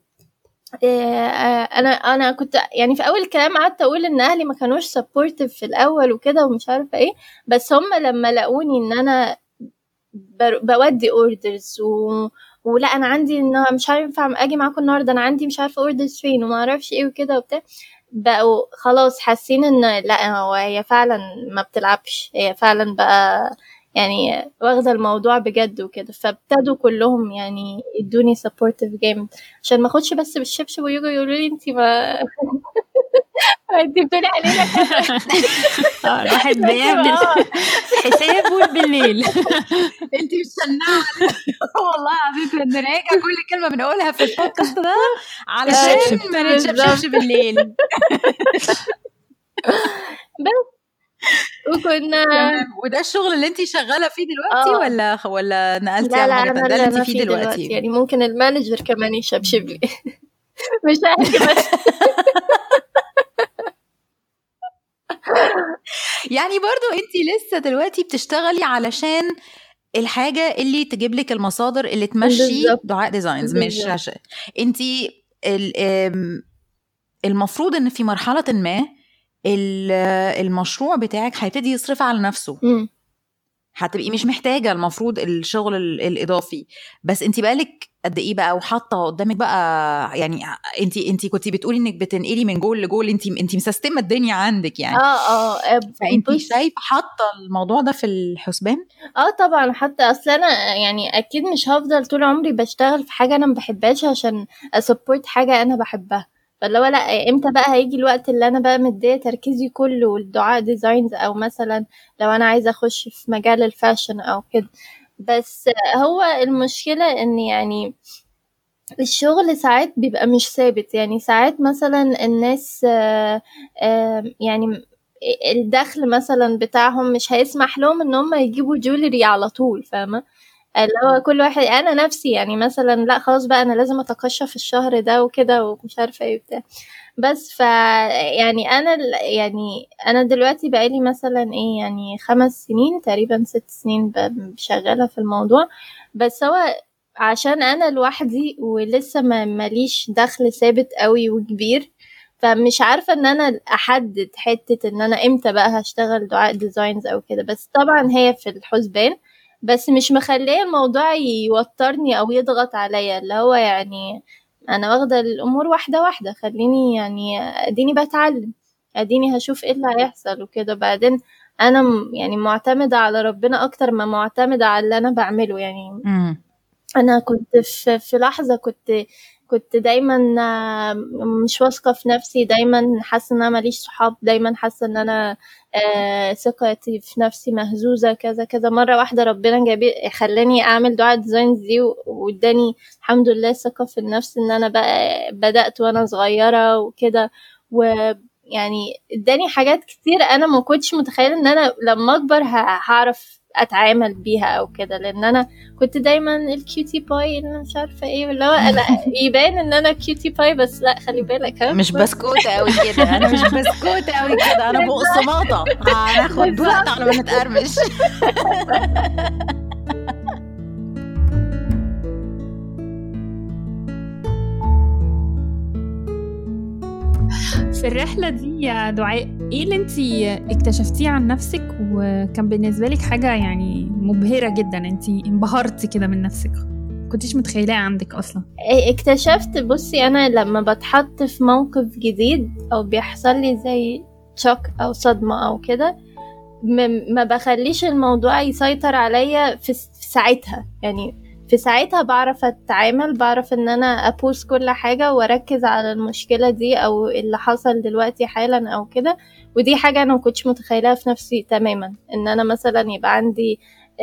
انا كنت يعني في اول الكلام قعدت اقول ان اهلي ما كانوش سبورتيف في الاول وكده ومش عارفه ايه، بس هم لما لقوني ان انا بودي اوردرز ولا انا عندي ان مش عارفه اجي معاكم النهارده، انا عندي مش عارفه اوردرز فين وما اعرفش ايه وكده وبتاع، بقوا خلاص حاسين ان لا هو هي فعلا ما بتلعبش، هي فعلا بقى يعني واخده الموضوع بجد وكده. فابتدوا كلهم يعني يدوني سبورتيف جامد عشان ما اخدش بس بالشبشب ويجوا يقولوا لي انت ما انت بتقولي علينا كده. الواحد بيعمل حسابه بالليل. انت مش شناعه والله العظيم بنراجع كل كلمه بنقولها في البودكاست ده علشان ما نتشبشبش بالليل. بس وكنا وده الشغل اللي انت شغاله فيه دلوقتي ولا نقلتي لا على لا حاجه انا تانية؟ اللي انت انا فيه فيه دلوقتي يعني ممكن المانجر كمان يشبشب لي. مش عارفه بس يعني برضو انت لسه دلوقتي بتشتغلي علشان الحاجه اللي تجيب لك المصادر اللي تمشي دعاء ديزاينز، مش عشان انت المفروض ان في مرحله ما المشروع بتاعك هيبتدي يصرف على نفسه. هتبقي مش محتاجه المفروض الشغل الاضافي. بس انت بقالك قد ايه بقى وحاطه قدامك بقى؟ يعني انت كنتي بتقولي انك بتنقلي من جول لجول، انت مسستمه الدنيا عندك يعني. فانت شايفه حاطه الموضوع ده في الحسبان؟ طبعا. حتى اصل انا يعني اكيد مش هفضل طول عمري بشتغل في حاجه انا ما بحبهاش عشان اسبورت حاجه انا بحبها. فاللي هو لا، امتى بقى هيجي الوقت اللي انا بقى مديه تركيزي كله للدعاء ديزاينز، او مثلا لو انا عايزه اخش في مجال الفاشن او كده. بس هو المشكله ان يعني الشغل ساعات بيبقى مش ثابت. يعني ساعات مثلا الناس يعني الدخل مثلا بتاعهم مش هيسمح لهم ان هم يجيبوا جولري على طول، فاهمه؟ اللي هو كل واحد، انا نفسي يعني مثلا لا خلاص بقى انا لازم اتقشف في الشهر ده وكده ومش عارفه ايه بتاع. بس يعني يعني انا دلوقتي بقالي مثلا ايه يعني 5 سنين تقريبا 6 سنين شغاله في الموضوع. بس هو عشان انا لوحدي ولسه ماليش دخل ثابت قوي وكبير، فمش عارفه ان انا احدد حته ان انا امتى بقى هشتغل دعاء ديزاينز او كده. بس طبعا هي في الحسبان، بس مش مخليه الموضوع يوترني او يضغط عليا. اللي هو يعني انا واخده الامور واحده واحده، خليني يعني اديني بتعلم، اديني هشوف ايه اللي هيحصل وكده. بعدين انا يعني معتمده على ربنا اكتر ما معتمده على اللي انا بعمله يعني. انا كنت في لحظه كنت دايما مش واثقه في نفسي، دايما حاسه ان انا ماليش صحاب، دايما حاسه ان انا ثقتي في نفسي مهزوزه كذا كذا. مره واحده ربنا خلاني اعمل دعاء ديزاينز دي واداني الحمد لله ثقه في النفس ان انا بقى بدات وانا صغيره وكده. ويعني اداني حاجات كتير انا ما كنتش متخيله ان انا لما اكبر هعرف اتعامل بيها او كده. لان انا كنت دايما الكيوتي باي اللي مش عارفه ايه، اللي هو انا يبان ان انا كيوتي باي بس لا خلي بالك مش بسكوته قوي كده. انا مش بسكوته قوي كده، انا بقسماطه. هناخد وقت على ما نتقرمش. في الرحلة دي يا دعاء ايه اللي انتي اكتشفتيه عن نفسك وكان بالنسبة لك حاجة يعني مبهرة جدا، انتي انبهرتي كده من نفسك كنتيش متخيلاه عندك اصلا؟ اكتشفت، بصي انا لما بتحط في موقف جديد او بيحصل لي زي شوك او صدمة او كده، ما بخليش الموضوع يسيطر عليا في ساعتها. يعني في ساعتها بعرف اتعامل، بعرف ان انا ابوس كل حاجة واركز على المشكلة دي او اللي حصل دلوقتي حالا او كده. ودي حاجة انا مكنتش متخيلها في نفسي تماما، ان انا مثلا يبقى عندي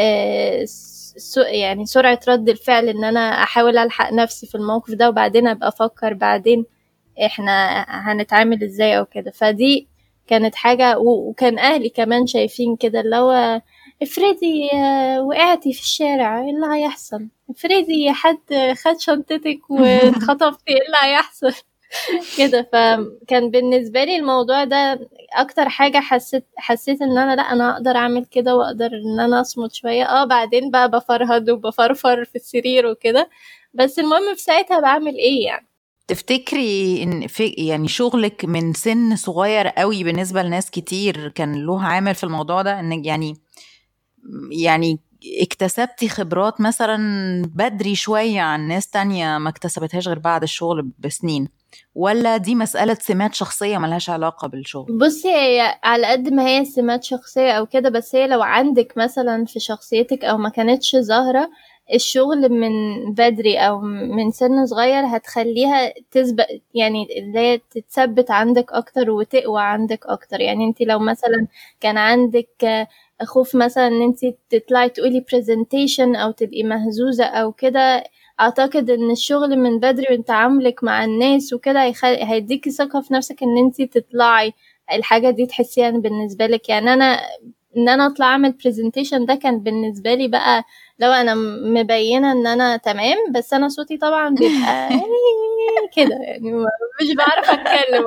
يعني سرعة رد الفعل ان انا احاول الحق نفسي في الموقف ده وبعدين ابقى افكر بعدين احنا هنتعامل ازاي او كده. فدي كانت حاجة وكان اهلي كمان شايفين كده، اللي هو افرضي وقعتي في الشارع ايه اللي هيحصل؟ افرضي حد خد شنطتك واتخطفتي ايه اللي هيحصل؟ كده. فكان بالنسبة لي الموضوع ده اكتر حاجة حسيت ان انا لا انا اقدر اعمل كده واقدر ان انا اصمت شوية. بعدين بقى بفرهد وبفرفر في السرير وكده، بس المهم في ساعتها بعمل ايه يعني. تفتكري ان في يعني شغلك من سن صغير قوي بالنسبة لناس كتير كان له عامل في الموضوع ده، انك يعني اكتسبتي خبرات مثلا بدري شوية عن ناس تانية ما اكتسبتهاش غير بعد الشغل بسنين، ولا دي مسألة سمات شخصية ملهاش علاقة بالشغل؟ بصي، هي على قد ما هي سمات شخصية او كده، بس هي لو عندك مثلا في شخصيتك او ما كانتش ظاهرة الشغل من بدري او من سن صغير هتخليها تثبت، يعني اللي هي تتثبت عندك اكتر وتقوى عندك اكتر. يعني انت لو مثلا كان عندك خوف مثلا ان انت تطلعي تقولي presentation او تبقي مهزوزة او كده، اعتقد ان الشغل من بدري وتعاملك مع الناس وكده هيديكي ثقة في نفسك ان انت تطلعي الحاجة دي تحسيها بالنسبة لك. يعني ان انا اطلع اعمل presentation ده كان بالنسبة لي بقى لو انا مبينة ان انا تمام، بس انا صوتي طبعا بيبقى كده، يعني مش بعرف اتكلم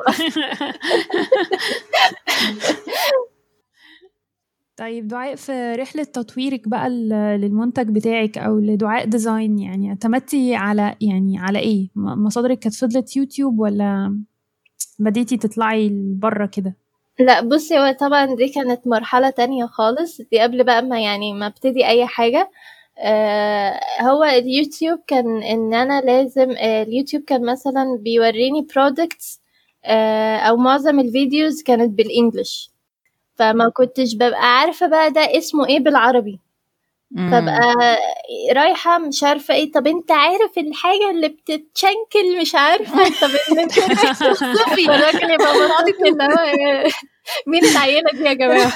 طيب دعاء، في رحلة تطويرك بقى للمنتج بتاعك أو لدعاء ديزاين، يعني اعتمدتي على إيه؟ مصادرك كانت فضلت يوتيوب ولا بديتي تطلعي بره كده؟ لا بصي، هو طبعا دي كانت مرحلة تانية خالص، دي قبل بقى ما ابتدي اي حاجة. هو اليوتيوب كان ان انا لازم اليوتيوب كان مثلا بيوريني products، او معظم الفيديوز كانت بالانجلش، فما كنتش ببقى عارفة بقى ده اسمه ايه بالعربي. فبقى رايحة مش عارفة ايه، طب انت عارف الحاجة اللي بتتشنكل مش عارفة، طب انت صفي الراجل يبقى مراتك اللي هو مين العيلة دي يا جماعة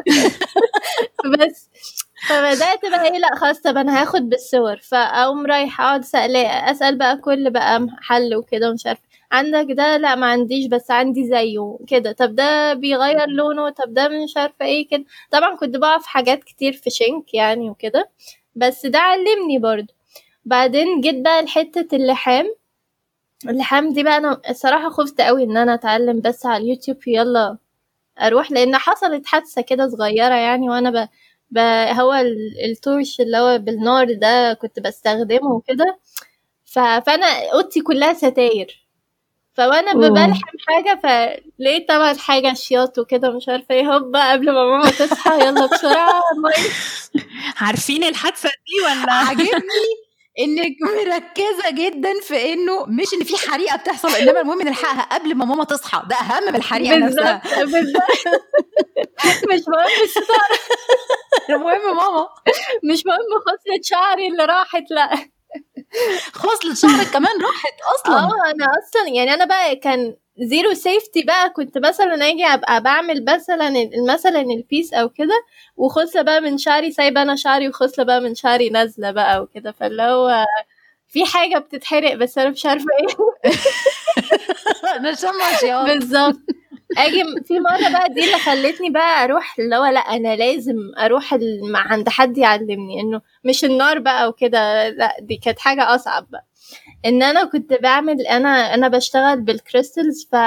بس فبدأت بقى ايه، لا خلاص طب انا هاخد بالصور، فاقوم رايحة اقعد اسأل بقى كل بقى محل وكده ومش عارفة عندك ده، لا ما عنديش بس عندي زيه كده، طب ده بيغير لونه، طب ده مش عارفة ايه كده. طبعا كنت بقى في حاجات كتير في شنك يعني وكده، بس ده علمني برضو. بعدين جيت بقى لحتة اللحام دي بقى، انا الصراحة خفت قوي ان انا اتعلم بس على اليوتيوب يلا اروح، لان حصلت حادثة كده صغيرة يعني، وانا هو التورش اللي هو بالنار ده كنت بستخدمه وكده، فانا اوضتي كلها ستاير، فوانا بلحم حاجة فلقيت طبعا حاجة شياط وكده مش عارفة ايه، هوبا قبل ما ماما تصحى يلا بسرعة عارفين الحادثة دي ولا؟ عجبني انك مركزة جدا في انه مش ان في حريقة بتحصل، انما المهم نلحقها قبل ما ماما تصحى، ده اهم من الحريقة نفسها. بالظبط مش مهم الستارة المهم ماما، مش مهم خصلة شعري اللي راحت، لا خصلة شعرك كمان راحت اصلا. انا اصلا يعني انا بقى كان زيرو سيفتي بقى، كنت مثلا اجي ابقى بعمل مثلا البيس او كده، وخصله بقى من شعري سايبه انا شعري، وخصله بقى من شعري نازله بقى وكده، فاللي هو في حاجه بتتحرق بس انا مش عارفه ايه انا شمع شياط بالظبط. اجي في مره بقى دي اللي خلتني بقى اروح، اللي هو لا انا لازم اروح عند حد يعلمني انه مش النار بقى وكده، لا دي كانت حاجه اصعب بقى. ان انا كنت بعمل انا بشتغل بالكريستلز، ف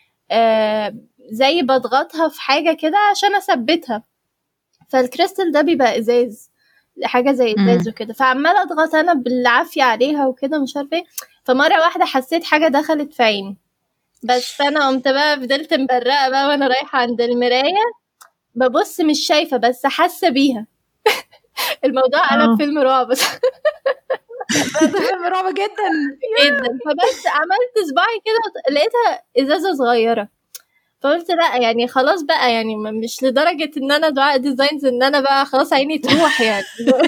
زي بضغطها في حاجه كده عشان اثبتها، فالكريستال ده بيبقى ازاز، حاجه زي ازاز وكده، فعماله اضغط انا بالعافيه عليها وكده مش عارفه ايه، فمره واحده حسيت حاجه دخلت في عيني، بس فانا قمت بقى فضلت مبرقه بقى وانا رايحه عند المرايه ببص مش شايفه بس حاسه بيها الموضوع قلب فيلم رعب ده فيلم رعب جدا جدا. فبس عملت صباعي كده لقيتها ازازه صغيره، فقلت لا يعني خلاص بقى، يعني مش لدرجه ان انا دعاء ديزاينز ان انا بقى خلاص عيني تروح يعني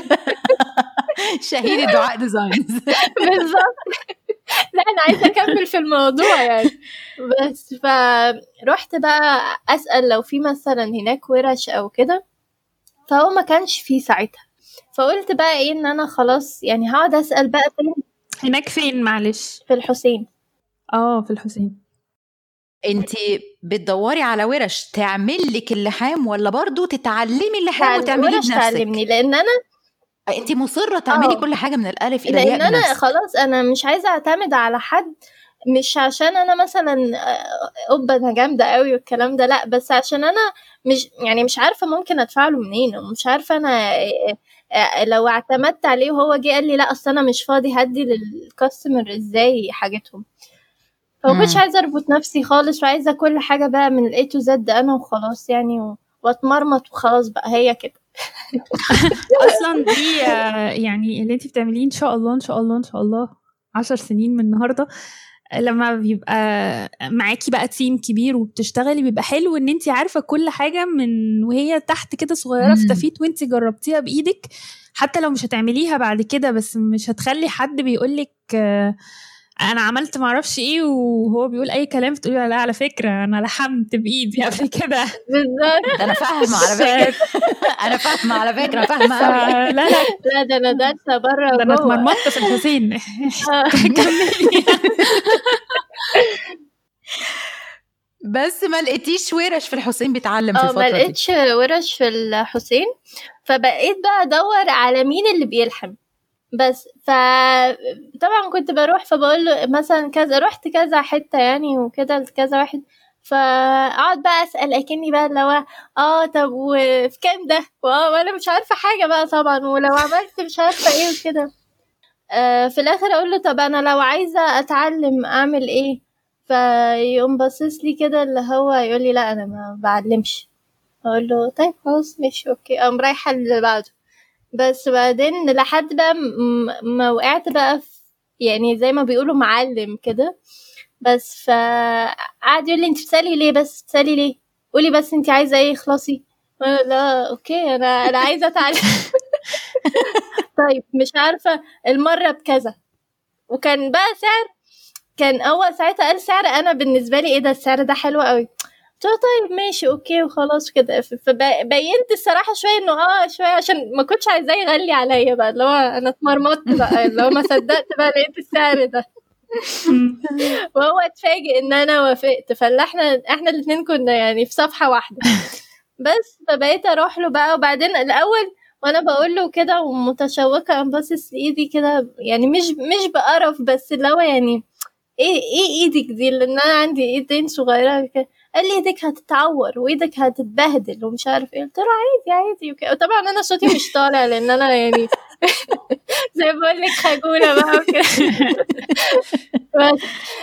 شهيد دعاء ديزاينز بالظبط لا انا عايزه اكمل في الموضوع يعني. بس فرحت بقى اسال لو في مثلا هناك ورش او كده، فهو ما كانش فيه ساعتها، فقلت بقى ايه ان انا خلاص يعني هقعد اسال بقى هناك فين معلش؟ في الحسين. في الحسين. انتي بتدوري على ورش تعمل لك اللحام ولا برضو تتعلمي اللحام وتعمليه بنفسك؟ تعلمني، لان انا انتي مصرة تعملي كل حاجة من الالف الى الياء لان انا بنفسك. خلاص انا مش عايزه اعتمد على حد مش عشان انا مثلا قبة انا جامده قوي والكلام ده، لا، بس عشان انا مش عارفه ممكن ادفع له منين، ومش عارفه انا لو اعتمدت عليه وهو جه قال لي لا اصل انا مش فاضي هدي للكاستمر ازاي حاجتهم. فما كنتش عايزه اربط نفسي خالص، وعايزه كل حاجه بقى من A to Z انا وخلاص يعني، واتمرمط وخلاص بقى هي كده. اصلا دي يعني اللي انت بتعمليه ان شاء الله ان شاء الله ان شاء الله 10 سنين من النهارده، لما بيبقى معاكي بقى تيم كبير وبتشتغلي بيبقى حلو ان انت عارفه كل حاجه من وهي تحت كده صغيره في تفيت، وانت جربتيها بايدك، حتى لو مش هتعمليها بعد كده، بس مش هتخلي حد بيقولك انا عملت معرفش ايه وهو بيقول اي كلام تقولي لا على فكره انا لحمت بايدي قبل كده. بالظبط. انا فاهمه على فكره. انا فاهمه على فكره، فاهمه قوي. لا لا ده انا دارسه بره ده انا وجوه. اتمرمطت في الحسين. كملي. بس ما لقيتيش ورش في الحسين بيتعلم في الفتره ما دي؟ لقيتش ورش في الحسين، فبقيت بقى ادور على مين اللي بيلحم بس. فطبعا كنت بروح فبقول له مثلا كذا، رحت كذا حته يعني وكده كذا واحد، فاقعد بقى اسال اكني بقى لو طب وفي كام ده، وانا مش عارفه حاجه بقى طبعا، ولو عملت مش عارفه ايه وكده. في الاخر اقول له طب انا لو عايزه اتعلم اعمل ايه، فيقوم باصص لي كده اللي هو يقول لي لا انا ما بعلمش. اقول له طيب خلاص ماشي اوكي، قام رايحه اللي بعده. بس بعدين لحد بقى ما وقعت بقى في يعني زي ما بيقولوا معلم كده. بس فقعد يقول لي انت بتسالي ليه، بس بتسالي ليه، قولي بس انت عايزه ايه خلاصي. لا اوكي انا عايزه اتعلم. طيب مش عارفه المره بكذا، وكان بقى سعر، كان اول ساعتها قال سعر انا بالنسبه لي ايه ده السعر ده حلو قوي. طيب ماشي اوكي وخلاص كده. فبينت الصراحه شويه انه شويه عشان ما كنتش عايزاه يغلي عليا بقى، اللي هو انا اتمرمطت بقى، اللي هو ما صدقت بقى لقيت السعر ده. وهو اتفاجئ ان انا وافقت، فاللي احنا الاثنين كنا يعني في صفحه واحده. بس فبقيت اروح له بقى، وبعدين الاول وانا بقول له كده ومتشوقه انبسط لايدي كده يعني مش بقرف، بس اللي هو يعني ايه ايدك دي، لان انا عندي ايدين صغيره كده. قال لي ايدك هتتعور وايدك هتتبهدل ومش عارف ايه. قلت له عادي وكده. وطبعا انا صوتي مش طالع لان انا يعني زي ما بقول لك خجوله بقى وكده. بس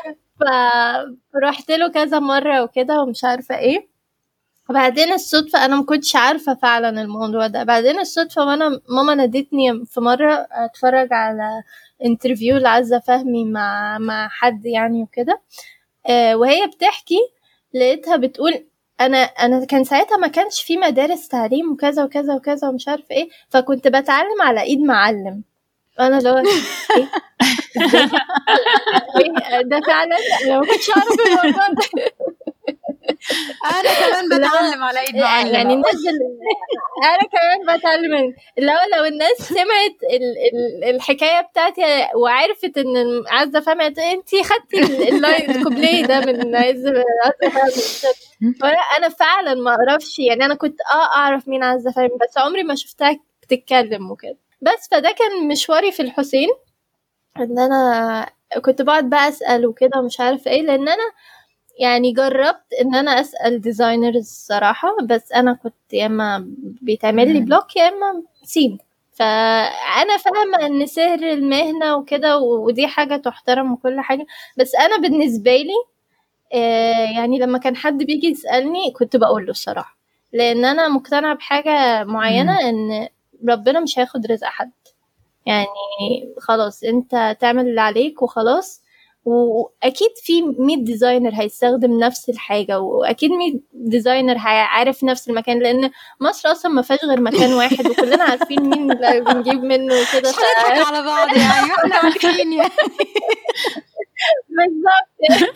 فرحت له كذا مره وكده ومش عارفه ايه. وبعدين الصدفه انا ما كنتش عارفه فعلا الموضوع ده، بعدين الصدفه وانا ماما نادتني في مره اتفرج على انترفيو لعزة فهمي مع حد يعني وكده. وهي بتحكي لقيتها بتقول انا كان ساعتها ما كانش في مدارس تعليم وكذا وكذا وكذا ومش عارفه ايه، فكنت بتعلم على ايد معلم. انا لو ايه ده فعلا انا ما كنتش اعرف الموضوع ده. انا كمان بتعلم على ايد معلم يعني الناس انا كمان بتعلم. لو الناس سمعت الحكايه بتاعتي وعرفت ان عزة فهمت انتي خدتي الكوبليه ده من عزة فهمي، انا فعلا ما اعرفش يعني. انا كنت اعرف مين عزة فهمي بس عمري ما شفتها بتتكلم وكده. بس فده كان مشواري في الحسين، ان انا كنت بقعد بقى اسال وكده ومش عارف ايه، لان انا يعني جربت ان انا اسال ديزاينرز صراحه، بس انا كنت يا اما بيتعمل لي بلوك يا اما سيب. فانا فاهمه ان سهر المهنه وكده ودي حاجه تحترم وكل حاجه، بس انا بالنسبه لي يعني لما كان حد بيجي يسالني كنت بقول له الصراحه، لان انا مقتنعه بحاجه معينه ان ربنا مش هياخد رزق حد. يعني خلاص انت تعمل اللي عليك وخلاص. واكيد في 100 ديزاينر هيستخدم نفس الحاجه، واكيد 100 ديزاينر هيعرف نفس المكان، لان مصر اصلا ما فيهاش غير مكان واحد وكلنا عارفين مين اللي بنجيب منه وكده. مش هنضحك على بعض يعني، احنا عارفين يعني. بالظبط.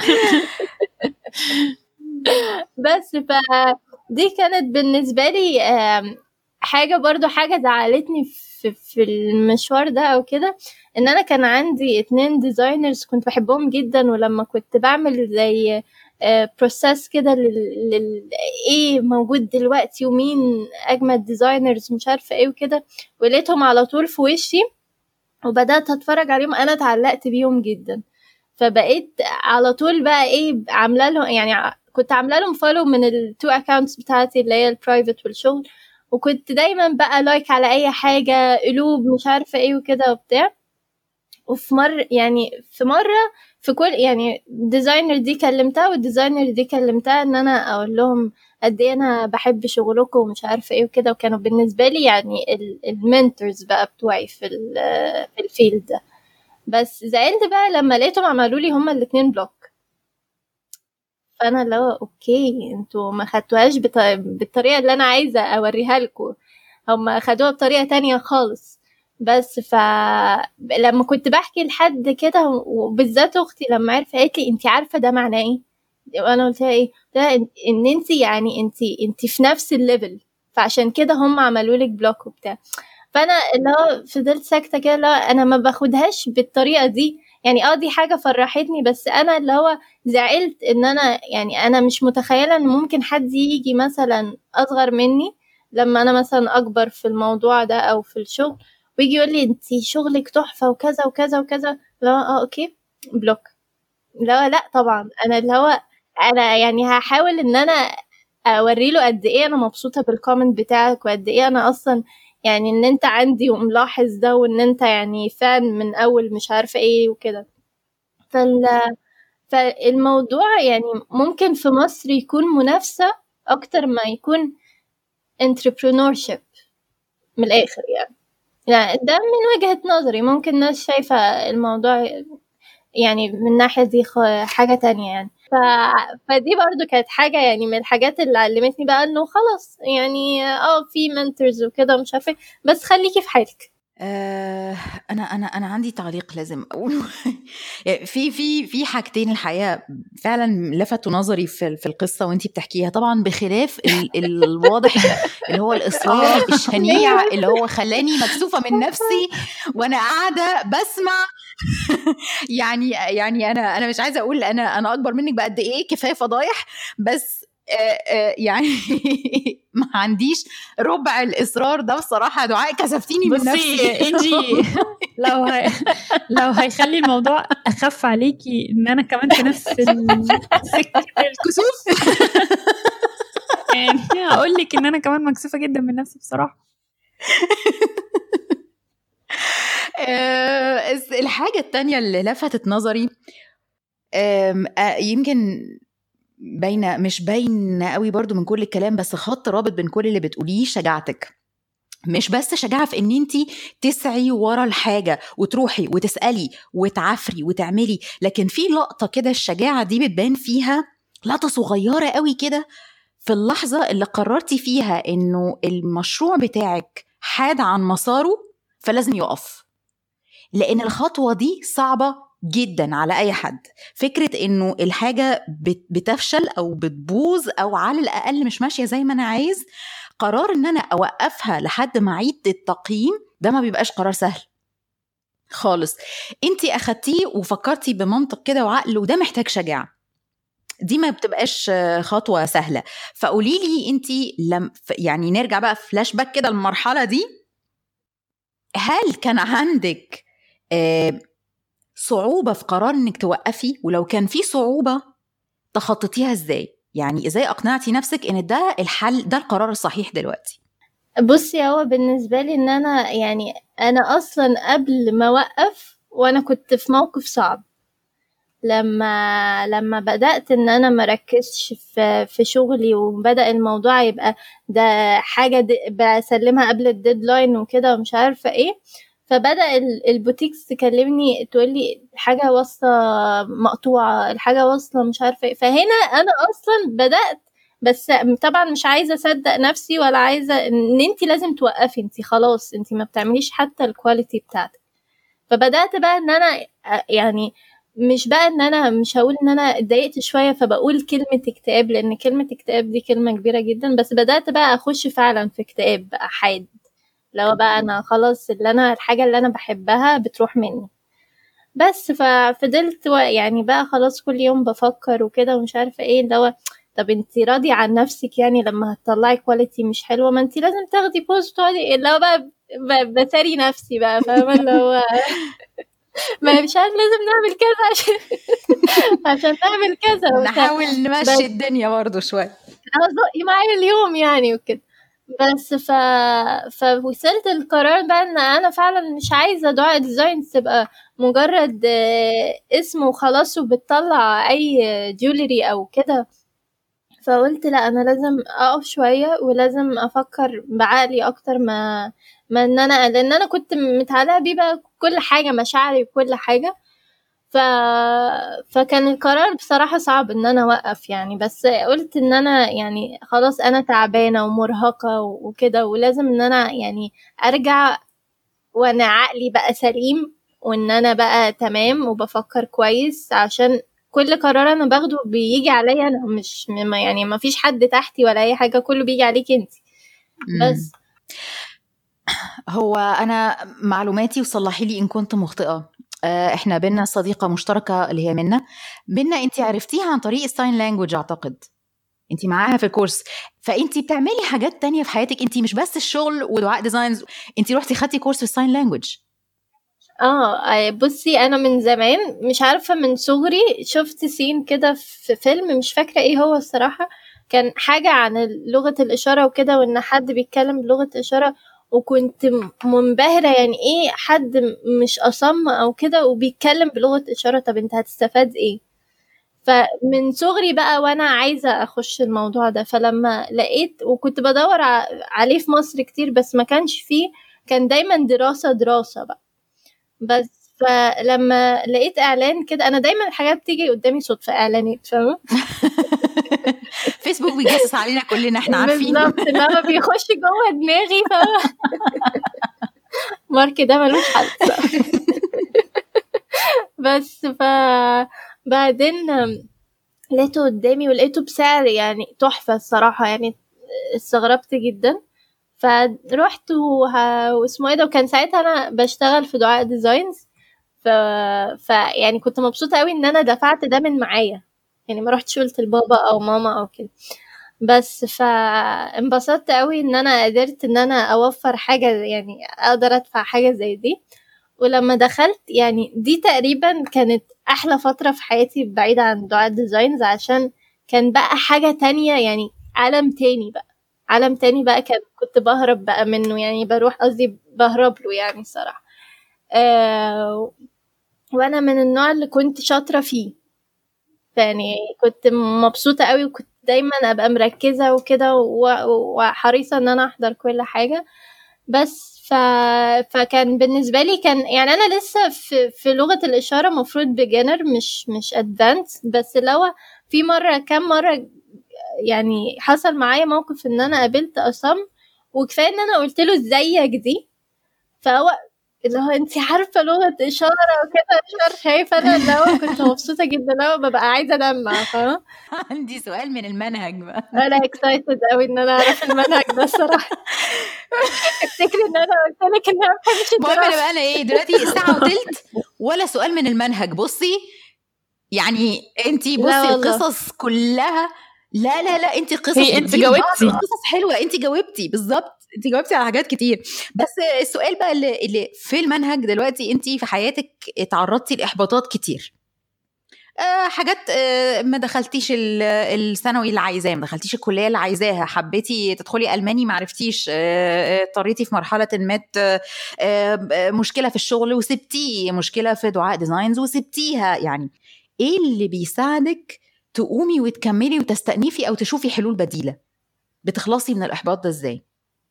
بس فدي كانت بالنسبه لي حاجه برضو حاجه زعلتني في المشوار ده او كده، ان انا كان عندي 2 ديزاينرز كنت بحبهم جدا، ولما كنت بعمل زي بروسيس كده ايه موجود دلوقتي ومين اجمد ديزاينرز مش عارفه ايه وكده، ولقيتهم على طول في وشي وبدات اتفرج عليهم، انا اتعلقت بيهم جدا. فبقيت على طول بقى ايه عامله لهم، يعني كنت عامله لهم فولو من التو اكاونتس بتاعتي اللي هي البرايفت والشغل، وكنت دايما بقى لايك على اي حاجه، قلوب مش عارفه ايه وكده وبتاع. وفي مره يعني في كل يعني الديزاينر دي كلمتها والديزاينر دي كلمتها ان انا اقول لهم قد ايه انا بحب شغلكم ومش عارفه ايه وكده، وكانوا بالنسبه لي يعني المنتورز بقى بتوعي في الفيلد ده. بس زعلت بقى لما لقيتهم عملوا لي هما الاتنين بلوك. فانا اللي هو اوكي انتوا ما خدتوهاش بالطريقه اللي انا عايزه اوريها لكم، هما خدوها بطريقه تانية خالص. بس لما كنت بحكي لحد كده وبالذات اختي لما عرفت قالت لي انت عارفه ده معناه ايه؟ وانا قلت لها ايه؟ ده ان انت يعني انت في نفس الليفل، فعشان كده هم عملوا لك بلوك وبتاع. فانا اللي هو فضلت ساكته كده، لا انا ما باخدهاش بالطريقه دي يعني. دي حاجه فرحتني، بس انا اللي هو زعلت ان انا يعني انا مش متخيله ان ممكن حد يجي مثلا اصغر مني لما انا مثلا اكبر في الموضوع ده او في الشغل ويجي يقول لي انتي شغلك تحفه وكذا وكذا وكذا. لا اوكي بلوك. لا طبعا انا اللي هو انا يعني هحاول ان انا اوري له قد ايه انا مبسوطه بالكومنت بتاعك، وقد ايه انا اصلا يعني ان انت عندي وملاحظ ده، وان انت يعني فان من اول مش عارفه ايه وكده. فالموضوع يعني ممكن في مصر يكون منافسه اكتر ما يكون entrepreneurship من الاخر يعني ده من وجهة نظري. ممكن ناس شايفة الموضوع يعني من ناحية دي حاجة تانية يعني. فدي برضو كانت حاجة يعني من الحاجات اللي علمتني بقى انه خلاص يعني في منتورز وكده مش عارفة، بس خليكي في حالك. انا عندي تعليق لازم اقوله. في حاجتين الحقيقه فعلا لفتوا نظري في القصه وانتي بتحكيها، طبعا بخلاف الواضح اللي هو الاصرار الشنيع اللي هو خلاني مكسوفه من نفسي وانا قاعده بسمع. يعني انا مش عايزه اقول انا اكبر منك بقد ايه، كفايه فضايح، بس يعني ما عنديش ربع الإصرار ده بصراحة. دعاء كسفتيني من نفسي. بصي إنجي لو هيخلي الموضوع أخف عليكي إن أنا كمان في نفس السكة الكسوف، يعني هقول لك إن أنا كمان مكسوفة جدا من نفسي بصراحة. الحاجة التانية اللي لفتت نظري يمكن مش باينه قوي برضو من كل الكلام، بس خط رابط بين كل اللي بتقوليه شجاعتك. مش بس شجاعة في ان انتي تسعي ورا الحاجة وتروحي وتسألي وتعفري وتعملي، لكن في لقطة كده الشجاعة دي بتبان فيها، لقطة صغيرة قوي كده في اللحظة اللي قررتي فيها انه المشروع بتاعك حاد عن مساره فلازم يقف. لان الخطوة دي صعبة جدا على اي حد. فكرة انه الحاجة بتفشل او بتبوظ او على الاقل مش ماشية زي ما انا عايز، قرار ان انا اوقفها لحد ما اعيد التقييم ده ما بيبقاش قرار سهل خالص. انتي اخدتيه وفكرتي بمنطق كده وعقل، وده محتاج شجاعة، دي ما بتبقاش خطوة سهلة. فقوليلي انتي يعني نرجع بقى فلاش باك كده المرحلة دي، هل كان عندك صعوبة في قرار انك توقفي؟ ولو كان في صعوبة تخططيها ازاي؟ يعني ازاي اقنعتي نفسك ان ده الحل، ده القرار الصحيح دلوقتي؟ بصي هو بالنسبة لي ان انا يعني انا اصلا قبل ما اوقف وانا كنت في موقف صعب. لما بدأت ان انا مركزش في شغلي، وبدأ الموضوع يبقى ده حاجة بسلمها قبل الديدلاين وكده ومش عارفة ايه، فبدأ البوتيكس تكلمني تقولي الحاجة واصلة مقطوعة، الحاجة واصلة مش عارفة ايه. فهنا انا اصلا بدأت، بس طبعا مش عايزة اصدق نفسي ولا عايزة ان انتي لازم توقفي، انتي خلاص انتي ما بتعمليش حتى الكواليتي بتاعتك. فبدأت بقى ان انا يعني مش بقى ان انا مش هقول ان انا اتضايقت شوية فبقول كلمة اكتئاب، لان كلمة اكتئاب دي كلمة كبيرة جدا، بس بدأت بقى اخش فعلا في اكتئاب بقى حاد، لو بقى انا خلاص الحاجة اللي انا بحبها بتروح مني. بس ففضلت يعني بقى خلاص كل يوم بفكر وكده ومش عارفة ايه، لو طب انتي راضية عن نفسك يعني لما هتطلعي كواليتي مش حلوة؟ ما انتي لازم تاخدي بوز تقعدي اللي هو بقى بساري نفسي بقى، فاهمة اللي هو ما مش عارف لازم نعمل كذا عشان نعمل كذا نحاول نمشي الدنيا برضه شويه زقي معايا اليوم يعني وكده. بس فوصلت القرار بقى ان انا فعلا مش عايزه دعاء ديزاين تبقى مجرد اسم وخلاص وبتطلع اي جولري او كده. فقلت لا، انا لازم اقف شويه ولازم افكر بعقلي اكتر ما ان انا، لان انا كنت متعلقه بيه بقى كل حاجه، مشاعري وكل حاجه. فكان القرار بصراحة صعب ان انا اوقف يعني، بس قلت ان انا يعني خلاص انا تعبانة ومرهقة وكده، ولازم ان انا يعني ارجع وانا عقلي بقى سليم، وان انا بقى تمام وبفكر كويس، عشان كل قرار انا باخده بيجي عليا انا، مش يعني ما فيش حد تحتي ولا اي حاجة، كله بيجي عليك انت بس. هو انا معلوماتي وصلحي لي ان كنت مخطئة، احنا بينا صديقة مشتركة اللي هي بينا انت عرفتيها عن طريق الساين لانجوج، اعتقد انت معاها في الكورس، فانت بتعملي حاجات تانية في حياتك، انت مش بس الشغل ودعاء ديزاينز، انت روحتي خدتي كورس في الساين لانجوج. بصي انا من زمان مش عارفة، من صغري شفت سين كده في فيلم، مش فاكرة ايه هو الصراحة، كان حاجة عن لغة الاشارة وكده، وان حد بيتكلم بلغة اشارة، وكنت منبهرة يعني ايه حد مش اصم او كده وبيتكلم بلغة اشارة، طب انت هتستفاد ايه؟ فمن صغري بقى وانا عايزة اخش الموضوع ده، فلما لقيت وكنت بدور عليه في مصر كتير بس ما كانش فيه، كان دايما دراسة بقى. بس فلما لقيت اعلان كده، انا دايما الحاجات بتيجي قدامي صدفة، اعلانات، فاهمة؟ فيسبوك بيجسس علينا كلنا، احنا عارفين بالظبط، لما بيخش جوه دماغي مارك ده ملوش حل بس بعدين لقيته قدامي ولقيته بسعر يعني تحفة الصراحة، يعني استغربت جدا. فروحت واسمه ايه ده، وكان ساعتها انا بشتغل في دعاء ديزاينز، يعني كنت مبسوطة قوي ان انا دفعت ده من معايا، يعني ما رحتش قلت لبابا او ماما او كده، بس فانبسطت قوي ان انا قدرت ان انا اوفر حاجة، يعني اقدر ادفع حاجة زي دي. ولما دخلت يعني دي تقريبا كانت احلى فترة في حياتي بعيدة عن دعاء ديزاينز، عشان كان بقى حاجة تانية، يعني عالم تاني بقى كنت بهرب بقى منه، يعني بروح قصدي بهرب له يعني الصراحة. وانا من النوع اللي كنت شاطرة فيه، يعني كنت مبسوطة قوي، وكنت دايما ابقى مركزة وكده وحريصة ان انا احضر كل حاجة. بس فكان بالنسبة لي كان يعني انا لسه في لغة الاشارة مفروض beginner مش advanced، بس لو في كام مرة يعني حصل معايا موقف ان انا قابلت اصم، وكفايه ان انا قلت له ازيك دي، فهو اللي هو انت عارفه لغه اشاره وكده، مش خايفه، انا اللي هو كنت مبسوطه جدا، اللي هو ببقى عايزه ادمع، فاهمه؟ عندي سؤال من المنهج بقى، انا اكسايتد قوي ان انا اعرف المنهج ده الصراحه افتكري ان انا قلت لك ان انا ما بحبش المهم الدراسه. بقى انا ايه دلوقتي الساعه وتلت ولا سؤال من المنهج؟ بصي يعني انتي بصي القصص كلها، لا لا لا انتي قصص انت جاوبتي، قصص حلوه، انتي جاوبتي بالظبط، انتي جاوبتي على حاجات كتير. بس السؤال بقى اللي في المنهج دلوقتي، انتي في حياتك اتعرضتي لاحباطات كتير، حاجات، ما دخلتيش الثانوي اللي عايزاه، ما دخلتيش الكليه اللي عايزاها، حبيتي تدخلي الماني ما عرفتيش، اضطريتي في مرحله ما مشكله في الشغل وسبتيه، مشكله في دعاء ديزاينز وسبتيها، يعني ايه اللي بيساعدك تقومي وتكملي وتستأنفي او تشوفي حلول بديله؟ بتخلصي من الاحباط ده ازاي؟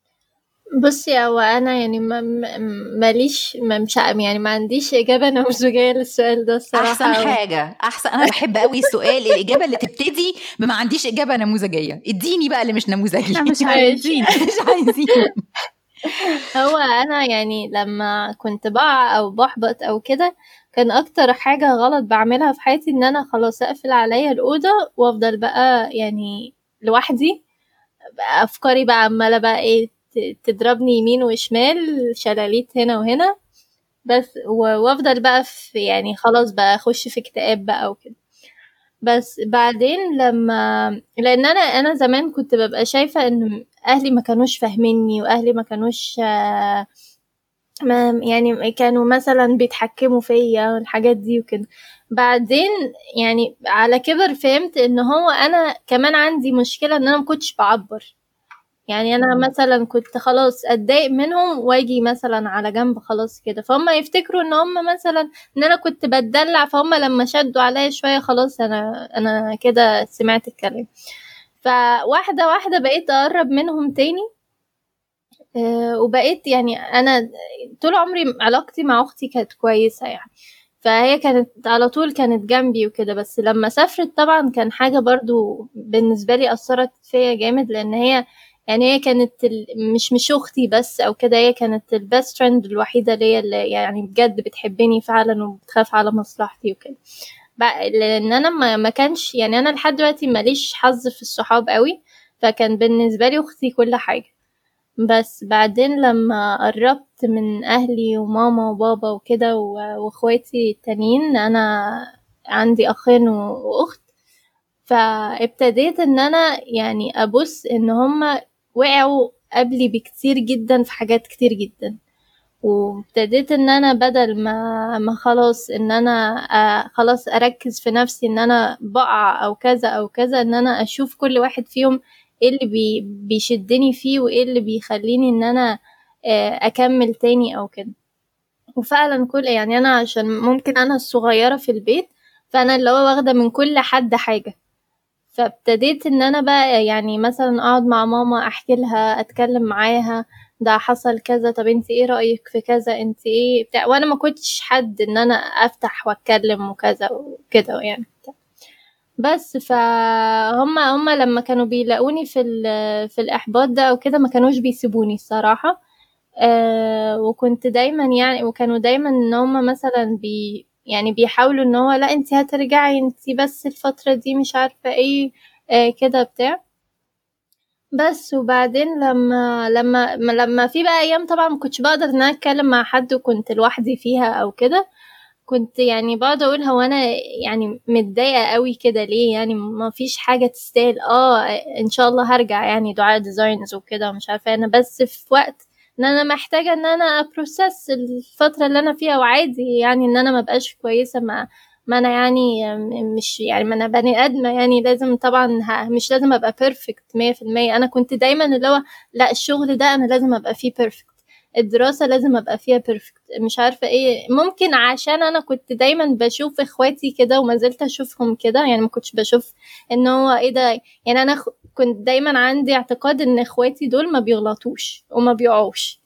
بصي، هو انا يعني ماليش مش يعني ما عنديش اجابه نموذجيه للسؤال ده الصراحه. احسن انا بحب قوي السؤال الاجابه اللي تبتدي بما عنديش اجابه نموذجيه، اديني بقى اللي مش نموذجي. احنا مش عايزين مش عايزين. هو انا يعني لما كنت بقع او بحبط او كده، كان اكتر حاجه غلط بعملها في حياتي ان انا خلاص اقفل عليا الاوضه وافضل بقى يعني لوحدي، افكاري بقى عماله بقى ايه تضربني يمين وشمال، شلاليت هنا وهنا، بس وافضل بقى في يعني خلاص بقى اخش في اكتئاب بقى وكده. بس بعدين لان انا زمان كنت ببقى شايفه ان اهلي ما كانوش فاهميني، واهلي ما كانوش يعني كانوا مثلا بيتحكموا فيا والحاجات دي وكده. بعدين يعني على كبر فهمت ان هو انا كمان عندي مشكلة ان انا ما كنتش بعبر. يعني انا مثلا كنت خلاص اتضايق منهم واجي مثلا على جنب خلاص كده، فهم يفتكروا ان هم مثلا ان انا كنت بتدلع، فهم لما شدوا عليا شوية خلاص انا كده سمعت الكلام. فواحدة واحدة بقيت اقرب منهم تاني. وبقيت يعني انا طول عمري علاقتي مع اختي كانت كويسة يعني، فهي كانت على طول كانت جنبي وكده. بس لما سافرت طبعا كان حاجة برضو بالنسبة لي أثرت فيا جامد، لأن هي يعني هي كانت مش أختي بس أو كده، هي كانت البست فريند الوحيدة ليا اللي يعني بجد بتحبني فعلا وبتخاف على مصلحتي وكده. لأن أنا ما كانش يعني أنا لحد دلوقتي ماليش حظ في الصحاب قوي، فكان بالنسبة لي أختي كل حاجة. بس بعدين لما قربت من أهلي وماما وبابا وكده واخواتي التانيين، أنا عندي أخين وأخت، فابتديت إن أنا يعني أبص إن هما وقعوا قبلي بكتير جدا في حاجات كتير جدا. وابتديت ان انا بدل ما خلاص ان انا خلاص اركز في نفسي ان انا بقع او كذا او كذا، ان انا اشوف كل واحد فيهم ايه اللي بيشدني فيه وايه اللي بيخليني ان انا اكمل تاني او كده. وفعلا كل يعني انا عشان ممكن انا الصغيرة في البيت، فانا اللي هو واخدة من كل حد حاجة. فابتديت ان انا بقى يعني مثلا اقعد مع ماما احكي لها اتكلم معاها، ده حصل كذا، طب انت ايه رأيك في كذا، انت ايه بتاع، وانا ما كنتش حد ان انا افتح واتكلم وكذا وكده يعني. بس فهم لما كانوا بيلاقوني في الاحباط ده وكده ما كانوش بيسيبوني الصراحة. وكنت دايما يعني وكانوا دايما ان هم مثلا يعني بيحاولوا ان هو لا انتي هترجعي، انتي بس الفترة دي مش عارفة ايه كده بتاع. بس وبعدين لما في بقى ايام طبعا ما كنتش بقدر ان انا اتكلم مع حد وكنت لوحدي فيها او كده، كنت يعني بقعد اقول هو انا يعني متضايقة قوي كده ليه، يعني ما فيش حاجة تستاهل. ان شاء الله هرجع يعني دعاء ديزاينز وكده مش عارفة، انا بس في وقت ان انا محتاجة ان انا ابروسس الفترة اللي انا فيها، وعادي يعني ان انا ما بقاش كويسة ما انا يعني مش يعني ما انا بني ادمة يعني لازم طبعا مش لازم ابقى بيرفكت 100%. انا كنت دايما اللي هو لا الشغل ده انا لازم ابقى فيه بيرفكت، الدراسة لازم ابقى فيها بيرفكت مش عارفة ايه. ممكن عشان انا كنت دايما بشوف اخواتي كده وما زلت اشوفهم كده، يعني ما كنتش بشوف ان هو ايه ده. يعني انا كنت دايما عندي اعتقاد ان اخواتي دول ما بيغلطوش وما بيقعوش،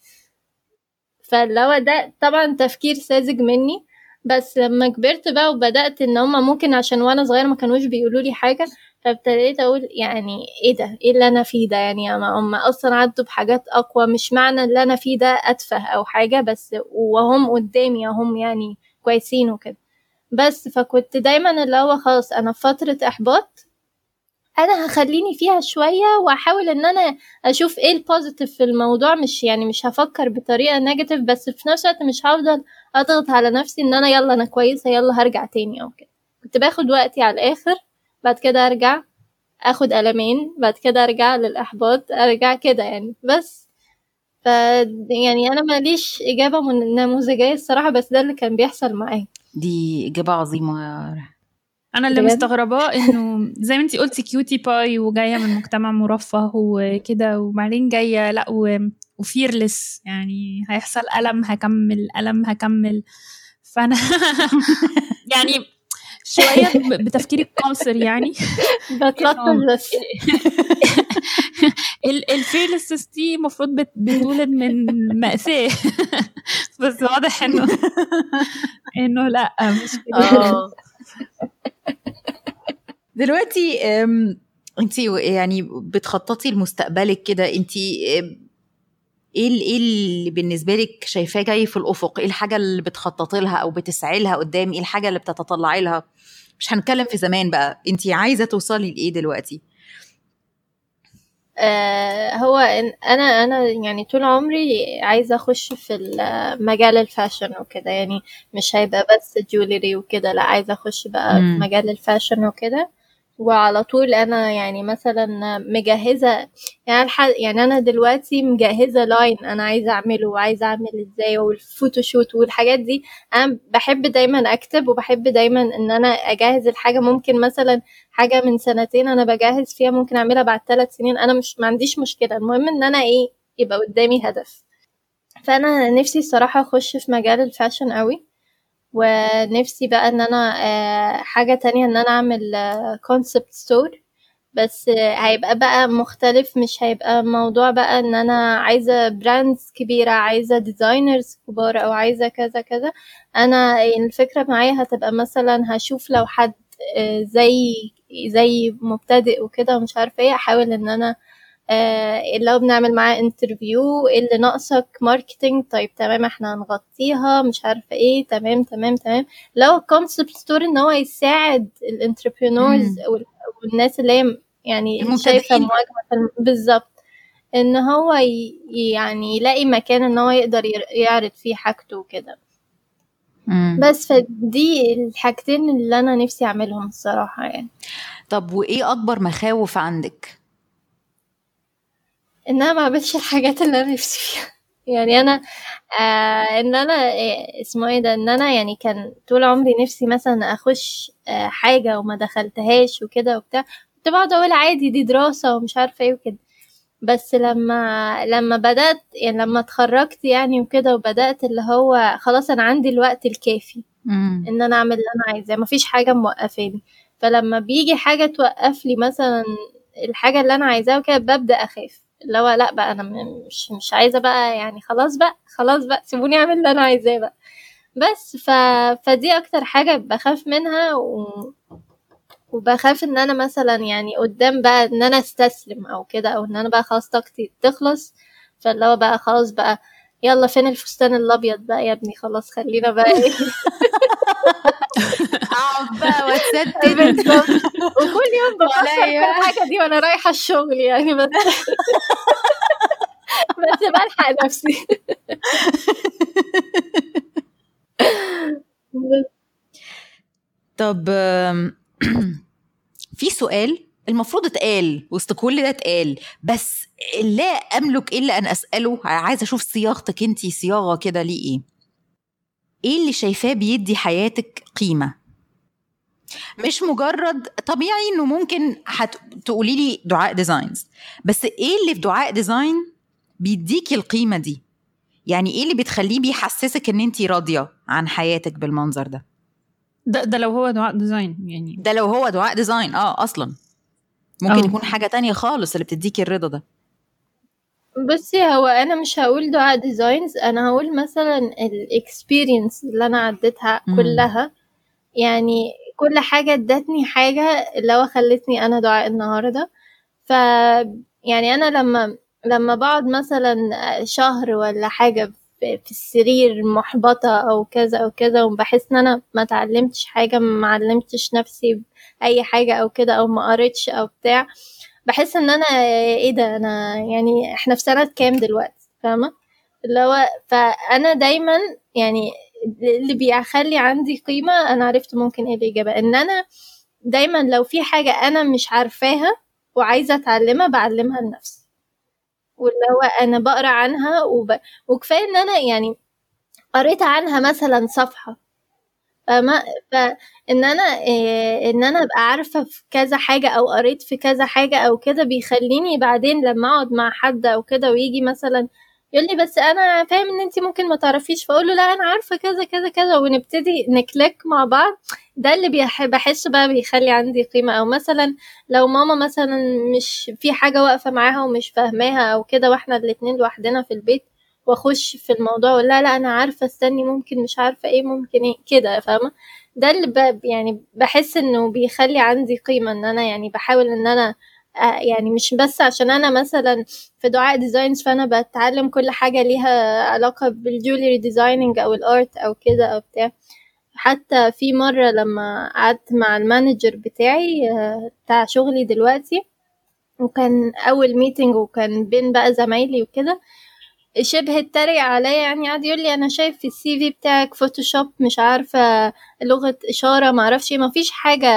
فاللي ده طبعا تفكير ساذج مني. بس لما كبرت بقى وبدأت ان هما ممكن عشان وانا صغيرة ما كانوش بيقولوا لي حاجة، فابتديت اقول يعني ايه ده، ايه اللي انا فيه ده، يعني هم اصلا عدوا بحاجات اقوى، مش معنى اللي انا فيه ده اتفه او حاجة، بس وهم قدامي هم يعني كويسين وكده. بس فكنت دايما اللي هو خلاص انا في فترة احباط انا هخليني فيها شوية واحاول ان انا اشوف ايه البوزيتيف في الموضوع، مش يعني مش هفكر بطريقة نيجاتيف، بس في نفس الوقت مش هفضل اضغط على نفسي ان انا يلا انا كويسة يلا هرجع تاني او كده. كنت باخد وقتي على الاخر، بعد كده ارجع اخد قلمين، بعد كده ارجع للاحباط ارجع كده يعني. بس ف يعني انا ماليش اجابة نموذجية الصراحة، بس ده اللي كان بيحصل معايا. دي إجابة عظيمة يا رح. انا اللي مستغرباه انه زي ما انتي قلتي كيوتي باي وجايه من مجتمع مرفه وكده، وبعدين جايه لا وفيرلس، يعني هيحصل ألم هكمل. فانا يعني شويه بتفكيري القاصر يعني بتلطش بس الفيرلس دي المفروض بتولد من مأساة بس واضح انه لا مش كده. دلوقتي انتي يعني بتخططي لمستقبلك كده، انتي ايه اللي بالنسبه لك شايفاه جاي في الافق؟ ايه الحاجه اللي بتخططي لها او بتسعي لها قدام؟ ايه الحاجه اللي بتتطلعي لها؟ مش هنتكلم في زمان بقى، انتي عايزه توصلي لايه دلوقتي؟ هو انا يعني طول عمري عايزه اخش في مجال الفاشن وكده، يعني مش هيبقى بس جولري وكده، لا عايزه اخش بقى في مجال الفاشن وكده. وعلى طول انا يعني مثلا مجهزه، يعني انا دلوقتي مجهزه لاين انا عايزه اعمله وعايزه اعمل ازاي والفوتوشوت والحاجات دي. انا بحب دايما اكتب وبحب دايما ان انا اجهز الحاجه. ممكن مثلا حاجه من سنتين انا بجهز فيها ممكن اعملها بعد 3 سنين، انا مش ما عنديش مشكله، المهم ان انا يبقى قدامي هدف. فانا نفسي الصراحه اخش في مجال الفاشن قوي، ونفسي بقى ان انا حاجة تانية ان انا اعمل كونسبت ستور، بس هيبقى بقى مختلف، مش هيبقى موضوع بقى ان انا عايزة براندز كبيرة، عايزة ديزاينرز كبار او عايزة كذا كذا. انا الفكرة معايا هتبقى مثلا هشوف لو حد زي مبتدئ وكده ومش عارفة ايه، احاول ان انا اللي هو بنعمل معاه انترفيو، اللي ناقصك ماركتينج، طيب تمام احنا هنغطيها مش عارفة ايه، تمام تمام تمام. لو كونسبت ستور ان هو يساعد الانتربرينورز والناس اللي هي يعني شايفة مواجهة بالظبط، ان هو يعني يلاقي مكان ان هو يقدر يعرض فيه حاجته وكده. بس فدي الحاجتين اللي انا نفسي اعملهم الصراحة يعني. طب وايه اكبر مخاوف عندك؟ ان انا ما اعملش الحاجات اللي انا نفسي فيها. يعني انا ان انا اسمه ايه ده، ان انا يعني كان طول عمري نفسي مثلا اخش حاجة وما دخلتهاش وكده وبتاع، كنت بقعد اقول عادي دي دراسة ومش عارفة ايه وكده. بس لما بدأت يعني لما اتخرجت يعني وكده، وبدأت اللي هو خلاص انا عندي الوقت الكافي ان انا اعمل اللي انا عايزاه، مفيش حاجة موقفاني. فلما بيجي حاجة توقف لي مثلا الحاجة اللي انا عايزاها وكده، ببدأ اخاف، اللي هو لا بقى انا مش عايزة بقى، يعني خلاص بقى سيبوني اعمل اللي انا عايزاه بقى. بس فدي اكتر حاجة بخاف منها، وبخاف ان انا مثلا يعني قدام بقى ان انا استسلم او كده، او ان انا بقى خلاص طاقتي تخلص، فاللي هو بقى خلاص بقى يلا فين الفستان الابيض بقى يا ابني، خلاص خلينا بقى اقعد بقى واتستت بالظبط. وكل يوم بفكر في الحاجة دي وانا رايحة الشغل يعني، بس بلحق نفسي. طب في سؤال المفروض اتقال وسط كل ده اتقال، بس لا املك الا ان اساله. عايزه اشوف صياغتك انتي، صياغه كده ليه ايه اللي شايفاه بيدي حياتك قيمه؟ مش مجرد طبيعي انه ممكن تقولي لي دعاء ديزاينز، بس ايه اللي في دعاء ديزاين بيديكي القيمه دي؟ يعني ايه اللي بتخليه بيحسسك ان انتي راضيه عن حياتك بالمنظر ده؟ ده لو هو دعاء ديزاين يعني، ده لو هو دعاء ديزاين اصلا ممكن يكون حاجه تانية خالص اللي بتديكي الرضا ده. بصي، هو انا مش هقول دعاء ديزاينز، انا هقول مثلا الاكسبيرينس اللي انا عديتها كلها. يعني كل حاجة ادتني حاجة اللي هو خلتني انا دعاء النهاردة. ف يعني انا لما بقعد مثلا شهر ولا حاجة في السرير محبطة او كذا او كذا، وبحس ان انا ما اتعلمتش حاجة، ما علمتش نفسي اي حاجة او كده، او ما قريتش او بتاع، بحس ان انا ايه ده، انا يعني احنا في سنة كام دلوقتي، فاهمة؟ اللي هو فانا دايما يعني اللي بيخلي عندي قيمة، انا عرفت ممكن ايه الإجابة، ان انا دايما لو في حاجة انا مش عارفاها وعايزة اتعلمها بعلمها لنفسي، واللي هو انا بقرا عنها وكفاية ان انا يعني قريت عنها مثلا صفحة، فما فان انا ان انا ابقى عارفة في كذا حاجة او قريت في كذا حاجة او كده، بيخليني بعدين لما اقعد مع حد او كده ويجي مثلا يقول لي بس انا فاهم ان انتي ممكن ما تعرفيش، فاقول له لا انا عارفة كذا كذا كذا، ونبتدي نكليك مع بعض. ده اللي بحس بقى بيخلي عندي قيمة. او مثلا لو ماما مثلا مش في حاجة واقفة معاها ومش فاهماها او كده، واحنا الاتنين لوحدنا في البيت، واخش في الموضوع ولا لا انا عارفة، استني ممكن مش عارفة ايه ممكن ايه كده، فاهمة؟ ده اللي يعني بحس انه بيخلي عندي قيمة، ان انا يعني بحاول ان انا يعني مش بس عشان انا مثلا في دعاء ديزاينز فانا بتعلم كل حاجة ليها علاقة بالجولري ديزايننج او الارت او كده او بتاع. حتى في مرة لما قعدت مع المانجر بتاعي بتاع شغلي دلوقتي، وكان اول ميتنج وكان بين بقى زمايلي وكده، شبه اتريق عليا، يعني قعد يقول لي انا شايف في السي في بتاعك فوتوشوب مش عارفه لغه اشاره ما اعرفش، ما فيش حاجه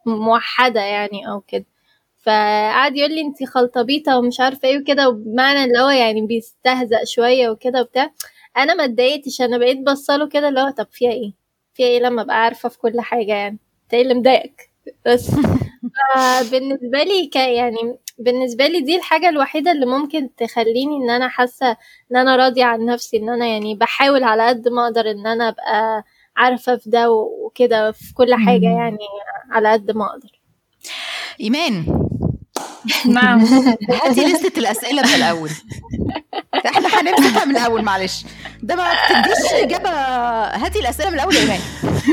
موحدة يعني او كده. فقعد يقول لي انتي خلطبيطة ومش عارفة ايه وكده، وبمعنى اللي هو يعني بيستهزأ شوية وكده وبتاع. انا ما اتضايقتش، انا بقيت بصله كده اللي هو طب فيها ايه لما ابقى عارفة في كل حاجة، يعني انت ايه اللي مضايقك بس. بالنسبة لي يعني بالنسبة لي دي الحاجة الوحيدة اللي ممكن تخليني ان انا حاسة ان انا راضية عن نفسي، ان انا يعني بحاول على قد ما اقدر ان انا ابقى عارفة في ده وكده في كل حاجة يعني على قد ما اقدر. إيمان نعم. هاتي لستة الأسئلة من الأول. احنا هنمسكها من الأول، معلش ده ما بتديش إجابة. هاتي الأسئلة من الأول يا إيمان.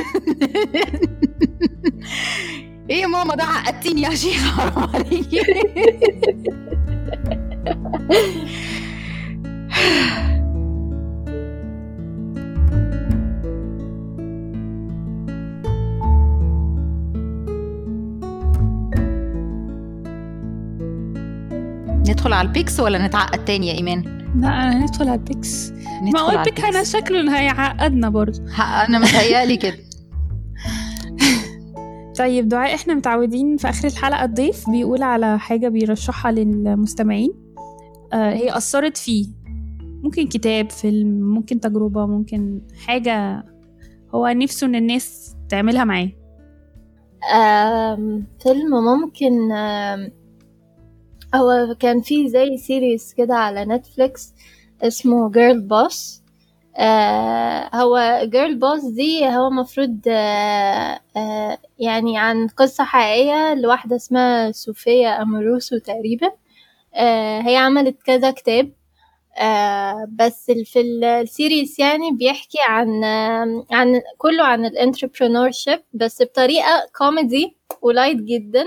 ايه يا ماما ده عقدتيني يا شيخ، حرام عليكي. ندخل على البيكس ولا نتعقد تاني يا إيمان؟ لا ندخل على البيكس. ما هو البيك أنا شكله اللي هيعقدنا برضو. أنا متهيألي كده. طيب دعاء، احنا متعودين في آخر الحلقة الضيف بيقول على حاجة بيرشحها للمستمعين هي أثرت فيه، ممكن كتاب، فيلم، ممكن تجربة، ممكن حاجة هو نفسه ان الناس تعملها معاه. فيلم ممكن هو كان فيه زي سيريز كده على نتفليكس اسمه Girl Boss. هو Girl Boss دي هو مفروض يعني عن قصة حقيقية لواحدة اسمها صوفيا أموروسو تقريبا. هي عملت كذا كتاب، بس في السيريز يعني بيحكي عن كله عن الانتربرينورشيب بس بطريقة كوميدي ولايت جدا.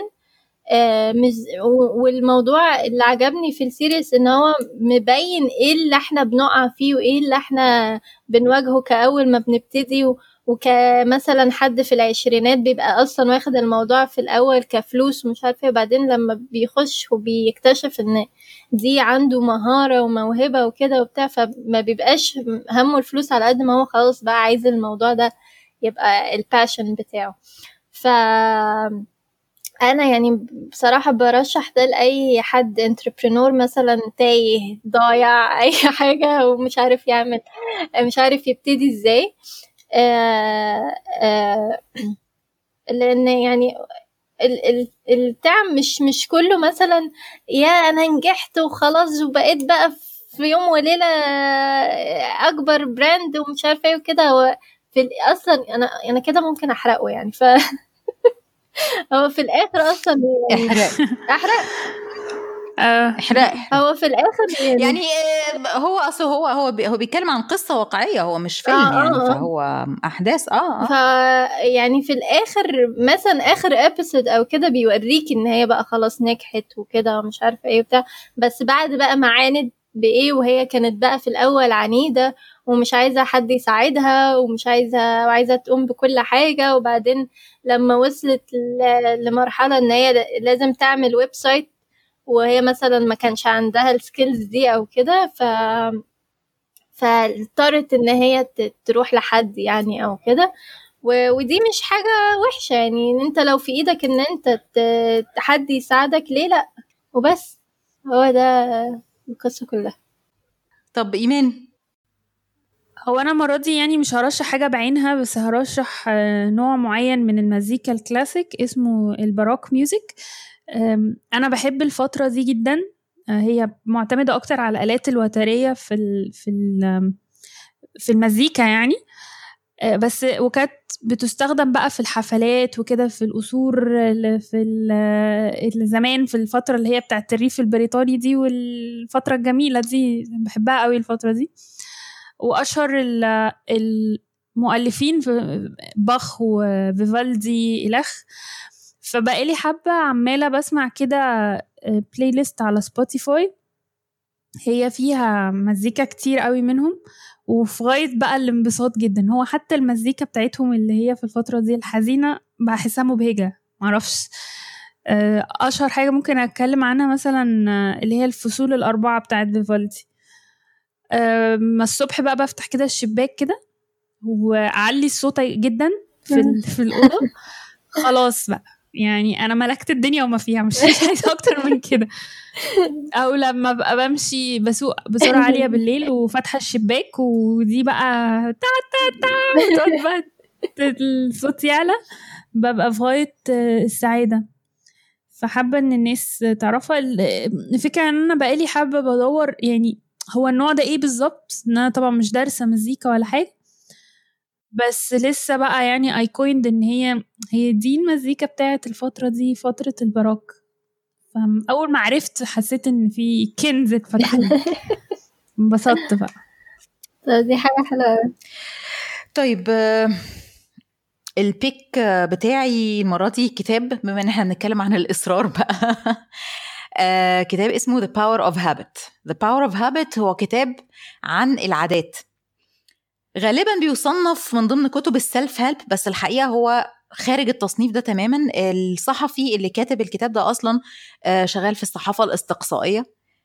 والموضوع اللي عجبني في السيريز ان هو مبين ايه اللي احنا بنقع فيه وايه اللي احنا بنواجهه كأول ما بنبتدي، وكمثلا حد في العشرينات بيبقى اصلا واخد الموضوع في الاول كفلوس ومش عارفه، وبعدين لما بيخش وبيكتشف ان دي عنده مهاره وموهبه وكده وبتاع، فما بيبقاش همه الفلوس على قد ما هو خلاص بقى عايز الموضوع ده يبقى الباشن بتاعه. انا يعني بصراحة برشح ده لأي حد انتربرينور مثلا تايه ضايع اي حاجة ومش عارف يعمل، مش عارف يبتدي ازاي. لان يعني البتاع مش كله مثلا يا انا نجحت وخلاص وبقيت بقى في يوم وليلة اكبر براند ومش عارفة ايه وكده. هو في اصلا انا كده ممكن احرقه يعني هو في الاخر اصلا احرق هو في الاخر يعني هو اصل هو بيتكلم عن قصه واقعيه، هو مش فيلم يعني فهو احداث يعني في الاخر مثلا اخر ابيسود او كده بيوريك ان هي بقى خلاص نجحت وكده ومش عارفه ايه بتاع، بس بعد بقى ما عاند بايه وهي كانت بقى في الاول عنيده ومش عايزه حد يساعدها وعايزه تقوم بكل حاجه، وبعدين لما وصلت لمرحله ان هي لازم تعمل ويب سايت وهي مثلا ما كانش عندها السكيلز دي او كده، فاضطرت ان هي تروح لحد يعني او كده. ودي مش حاجة وحشة يعني، ان انت لو في ايدك ان انت حد يساعدك ليه لا، وبس هو ده القصة كلها. طب إيمان؟ هو انا المره دي يعني مش هرشح حاجه بعينها، بس هرشح نوع معين من المزيكا الكلاسيك اسمه الباروك ميوزك. انا بحب الفتره دي جدا، هي معتمده اكتر على الالات الوتريه في المزيكا يعني، بس وكانت بتستخدم بقى في الحفلات وكده في القصور في زمان، في الفتره اللي هي بتاعت الريف البريطاني دي، والفتره الجميله دي بحبها قوي الفتره دي. واشهر المؤلفين باخ وفيفالدي الخ. فبقالي حبه عماله بسمع كده بلاي ليست على سبوتيفاي هي فيها مزيكا كتير قوي منهم، وفي غايه بقى الانبساط جدا. هو حتى المزيكا بتاعتهم اللي هي في الفتره دي الحزينه بحسها مبهجه، معرفش. اشهر حاجه ممكن اتكلم عنها مثلا اللي هي الفصول الاربعه بتاعت فيفالدي. ما الصبح بقى بفتح كده الشباك كده واعلي الصوت جدا في الاوضه، خلاص بقى يعني انا ملكت الدنيا وما فيها، مش عايزه اكتر من كده. او لما ببقى بمشي بسوق بسرعه عاليه بالليل وفاتحه الشباك ودي بقى تا تا تا تقعد بقى الصوت يعلى، ببقى في غايه السعاده. فحابه ان الناس تعرفها الفكره. ان انا بقالي حابه بدور يعني هو النوع ده ايه بالظبط، ان انا طبعا مش دارسه مزيكا ولا حاجه، بس لسه بقى يعني ايكويند ان هي دي المزيكا بتاعت الفتره دي، فتره الباروك. فاول ما عرفت حسيت ان في كنز اتفتح لي، انبسطت بقى. دي حاجه حلوه. طيب البيك بتاعي المرة دي كتاب، بما ان احنا بنتكلم عن الإصرار بقى. كتاب اسمه The Power of Habit. The Power of Habit هو كتاب عن العادات، غالبا بيصنف من ضمن كتب السلف هيلب، بس الحقيقة هو خارج التصنيف ده تماما. الصحفي اللي كاتب الكتاب ده أصلا شغال في الصحافة الاستقصائية،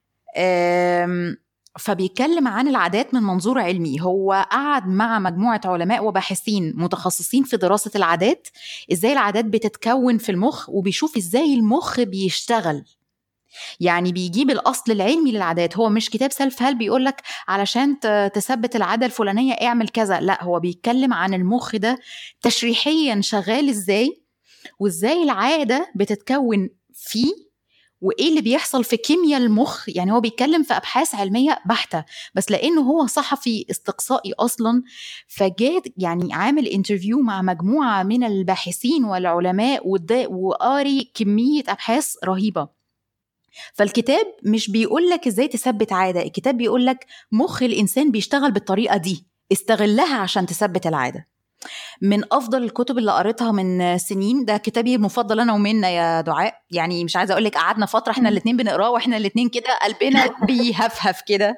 فبيتكلم عن العادات من منظور علمي. هو قعد مع مجموعة علماء وباحثين متخصصين في دراسة العادات، ازاي العادات بتتكون في المخ، وبيشوف ازاي المخ بيشتغل. يعني بيجيب الأصل العلمي للعادات. هو مش كتاب سيلف هيلب بيقولك علشان تثبت العادة الفلانية اعمل كذا، لا، هو بيتكلم عن المخ ده تشريحيا شغال ازاي، وازاي العادة بتتكون فيه، وإيه اللي بيحصل في كيمياء المخ. يعني هو بيتكلم في أبحاث علمية بحتة، بس لأنه هو صحفي استقصائي أصلا، فجاد يعني عامل انترفيو مع مجموعة من الباحثين والعلماء، وقاري كمية أبحاث رهيبة. فالكتاب مش بيقولك إزاي تثبت عادة، الكتاب بيقولك مخ الإنسان بيشتغل بالطريقة دي، استغلها عشان تثبت العادة. من أفضل الكتب اللي قريتها من سنين. ده كتابي المفضل أنا ومنى يا دعاء، يعني مش عايزة أقولك قعدنا فترة إحنا الاتنين بنقراه وإحنا الاتنين كده قلبنا بيهفهف كده.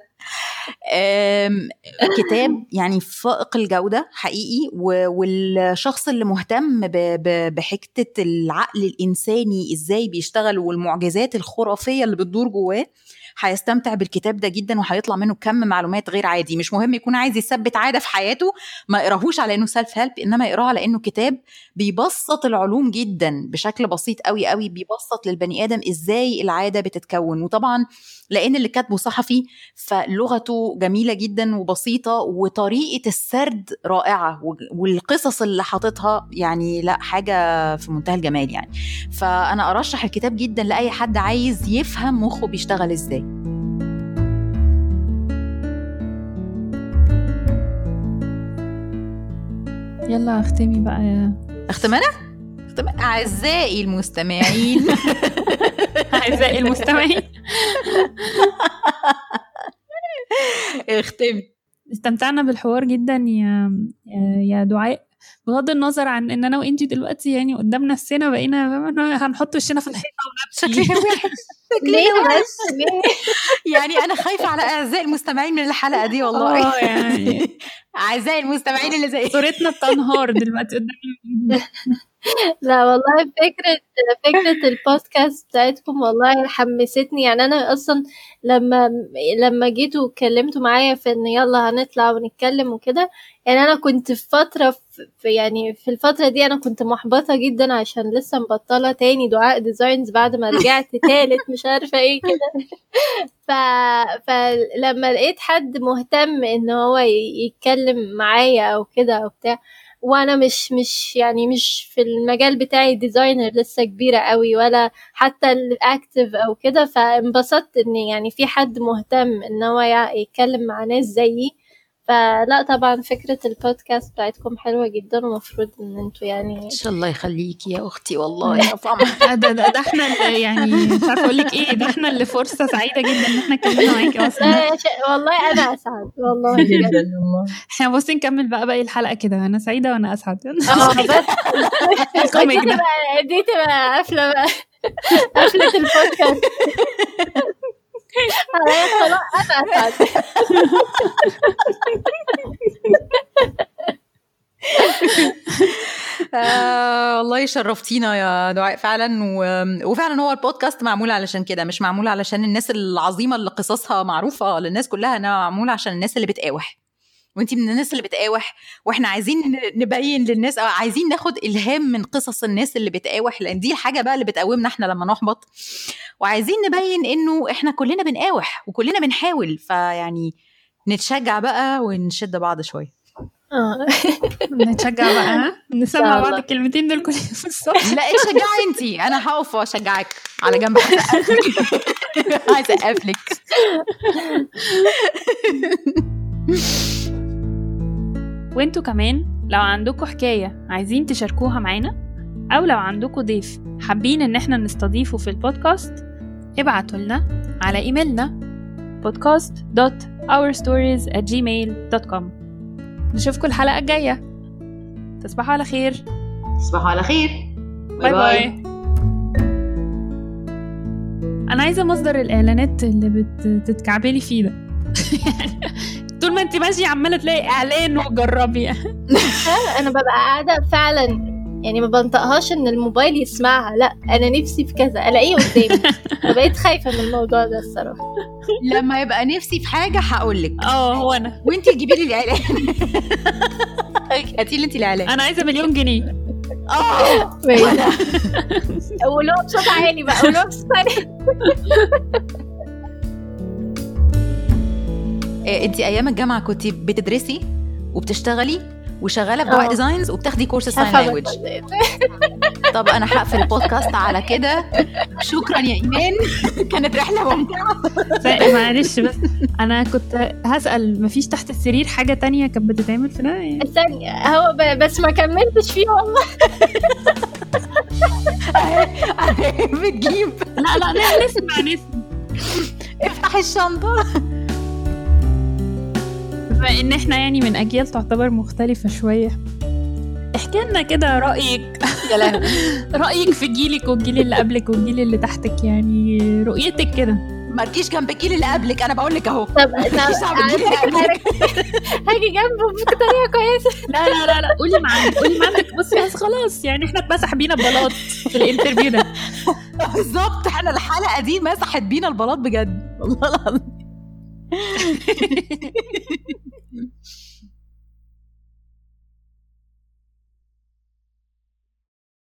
كتاب يعني فائق الجودة حقيقي، والشخص اللي مهتم بحكتة العقل الإنساني إزاي بيشتغل والمعجزات الخرافية اللي بتدور جواه هيستمتع بالكتاب ده جدا، وهيطلع منه كم معلومات غير عادي. مش مهم يكون عايز يثبت عادة في حياته، ما يقراهوش على انه سيلف هيلب، انما يقراه على انه كتاب بيبسط العلوم جدا بشكل بسيط قوي قوي، بيبسط للبني ادم ازاي العادة بتتكون. وطبعا لان اللي كاتبه صحفي فلغته جميلة جدا وبسيطة، وطريقة السرد رائعة، والقصص اللي حاططها يعني لا، حاجة في منتهى الجمال يعني. فأنا أرشح الكتاب جدا لأي حد عايز يفهم مخه بيشتغل إزاي. يلا اختمي بقى. اختم أنا؟ اختم أعزائي المستمعين. أعزائي المستمعين، اختمي. استمتعنا بالحوار جدا يا دعاء، بغض النظر عن ان انا وانتي دلوقتي يعني قدام نفسنا بقينا هنحط وشنا في الحيطه ونبكي. شكلي وحش. ليه بس ليه؟ يعني انا خايفه على اعزائي المستمعين من الحلقه دي والله. يعني اعزائي المستمعين اللي زي صورتنا بتنهار دلوقتي قدامي. لا والله فكرة البودكاست بتاعتكم والله حمستني. يعني أنا أصلا لما جيتوا واتكلمتوا معايا في إن يلا هنطلع ونتكلم وكده، يعني أنا كنت في فترة يعني في الفترة دي أنا كنت محبطة جدا عشان لسه مبطلة تاني دعاء ديزاينز بعد ما رجعت تالت مش عارفة ايه كده. فلما لقيت حد مهتم إن هو يتكلم معايا أو كده أو بتاع، وانا مش يعني مش في المجال بتاعي ديزاينر لسه كبيرة قوي ولا حتى الاكتيف او كده، فانبسطت ان يعني في حد مهتم ان هو يتكلم مع ناس زيي. فلا طبعا فكرة البودكاست بتاعتكم حلوة جدا، ومفروض ان انتوا يعني ان شاء الله يخليكي يا اختي والله يا فاطمه. ده احنا اللي يعني مش عارفه اقول لك ايه، ده احنا اللي فرصه سعيده جدا ان احنا اتكلمنا معاكي اصلا. والله انا اسعد والله جدا. احنا بصي نكمل بقى باقي الحلقه كده، انا سعيده وانا اسعد. بس دي تبقى قفله بقى، قفله البودكاست. على الطلاق انا اسعد. والله شرفتينا يا دعاء فعلا. وفعلا هو البودكاست معمول علشان كده، مش معمول علشان الناس العظيمة اللي قصصها معروفة للناس كلها، أنا معمول عشان الناس اللي بتقاوح. وانتي من الناس اللي بتقاوح، واحنا عايزين نبين للناس او عايزين ناخد الهام من قصص الناس اللي بتقاوح، لان دي الحاجه بقى اللي بتقومنا احنا لما نحبط، وعايزين نبين انه احنا كلنا بنقاوح وكلنا بنحاول، فيعني نتشجع بقى ونشد بعض شويه. نتشجع بقى، نسمع بعض الكلمتين دول كل في الصبح. لا اتشجعي انتي، انا هقف واشجعك على جنب. عايزه اقفلك. وانتوا كمان لو عندكم حكاية عايزين تشاركوها معانا، او لو عندكم ضيف حابين ان احنا نستضيفه في البودكاست، ابعتوا لنا على ايميلنا podcast.ourstories@gmail.com. نشوفكم الحلقة الجاية. تصبحوا على خير. تصبحوا على خير. باي باي. انا عايزة مصدر الاعلانات اللي بتتكعبلي فيه ده. طول ما انت ماشي عمالة تلاقي اعلان وجربي. انا ببقى قاعدة فعلا يعني ما بنطقهاش ان الموبايل يسمعها، لا انا نفسي في كذا الاقيه قدامي. بقيت خايفة من الموضوع ده الصراحة. لما يبقى نفسي في حاجة هقولك هو انا وانتي تجيبي لي الاعلان. هاتي لي انتي الاعلان. انا عايزة $1,000,000. ولو بصوت عالي بقى، ولو بصوت عالي. انتي ايام الجامعة كنتي بتدرسي وبتشتغلي وشغالة في جرافيك ديزاينز وبتاخدي كورس ساين لانجويج. طب انا هقفل البودكاست على كده. شكرا يا ايمان. كانت رحلة ممتعة. معلش بس انا كنت هسأل، مفيش تحت السرير حاجة تانية كانت بتتعمل في ده؟ ثانية هو بس ما كملتش فيه والله. بتجيب. لا نسمع. افتح الشنطة. فإن احنا يعني من أجيال تعتبر مختلفة شوية، احكي لنا كده رأيك. رأيك في جيلك والجيل اللي قبلك والجيل اللي تحتك، يعني رؤيتك كده. ما تجيش جنب الجيل اللي قبلك، انا بقول لك اهو. طب هاجي جنبه بطريقه كويسه. لا قولي ما عندك. بصي بس خلاص، يعني احنا اتمسح بينا البلاط في الانترفيو ده. بالظبط، احنا الحلقه دي مسحت بينا البلاط بجد والله العظيم.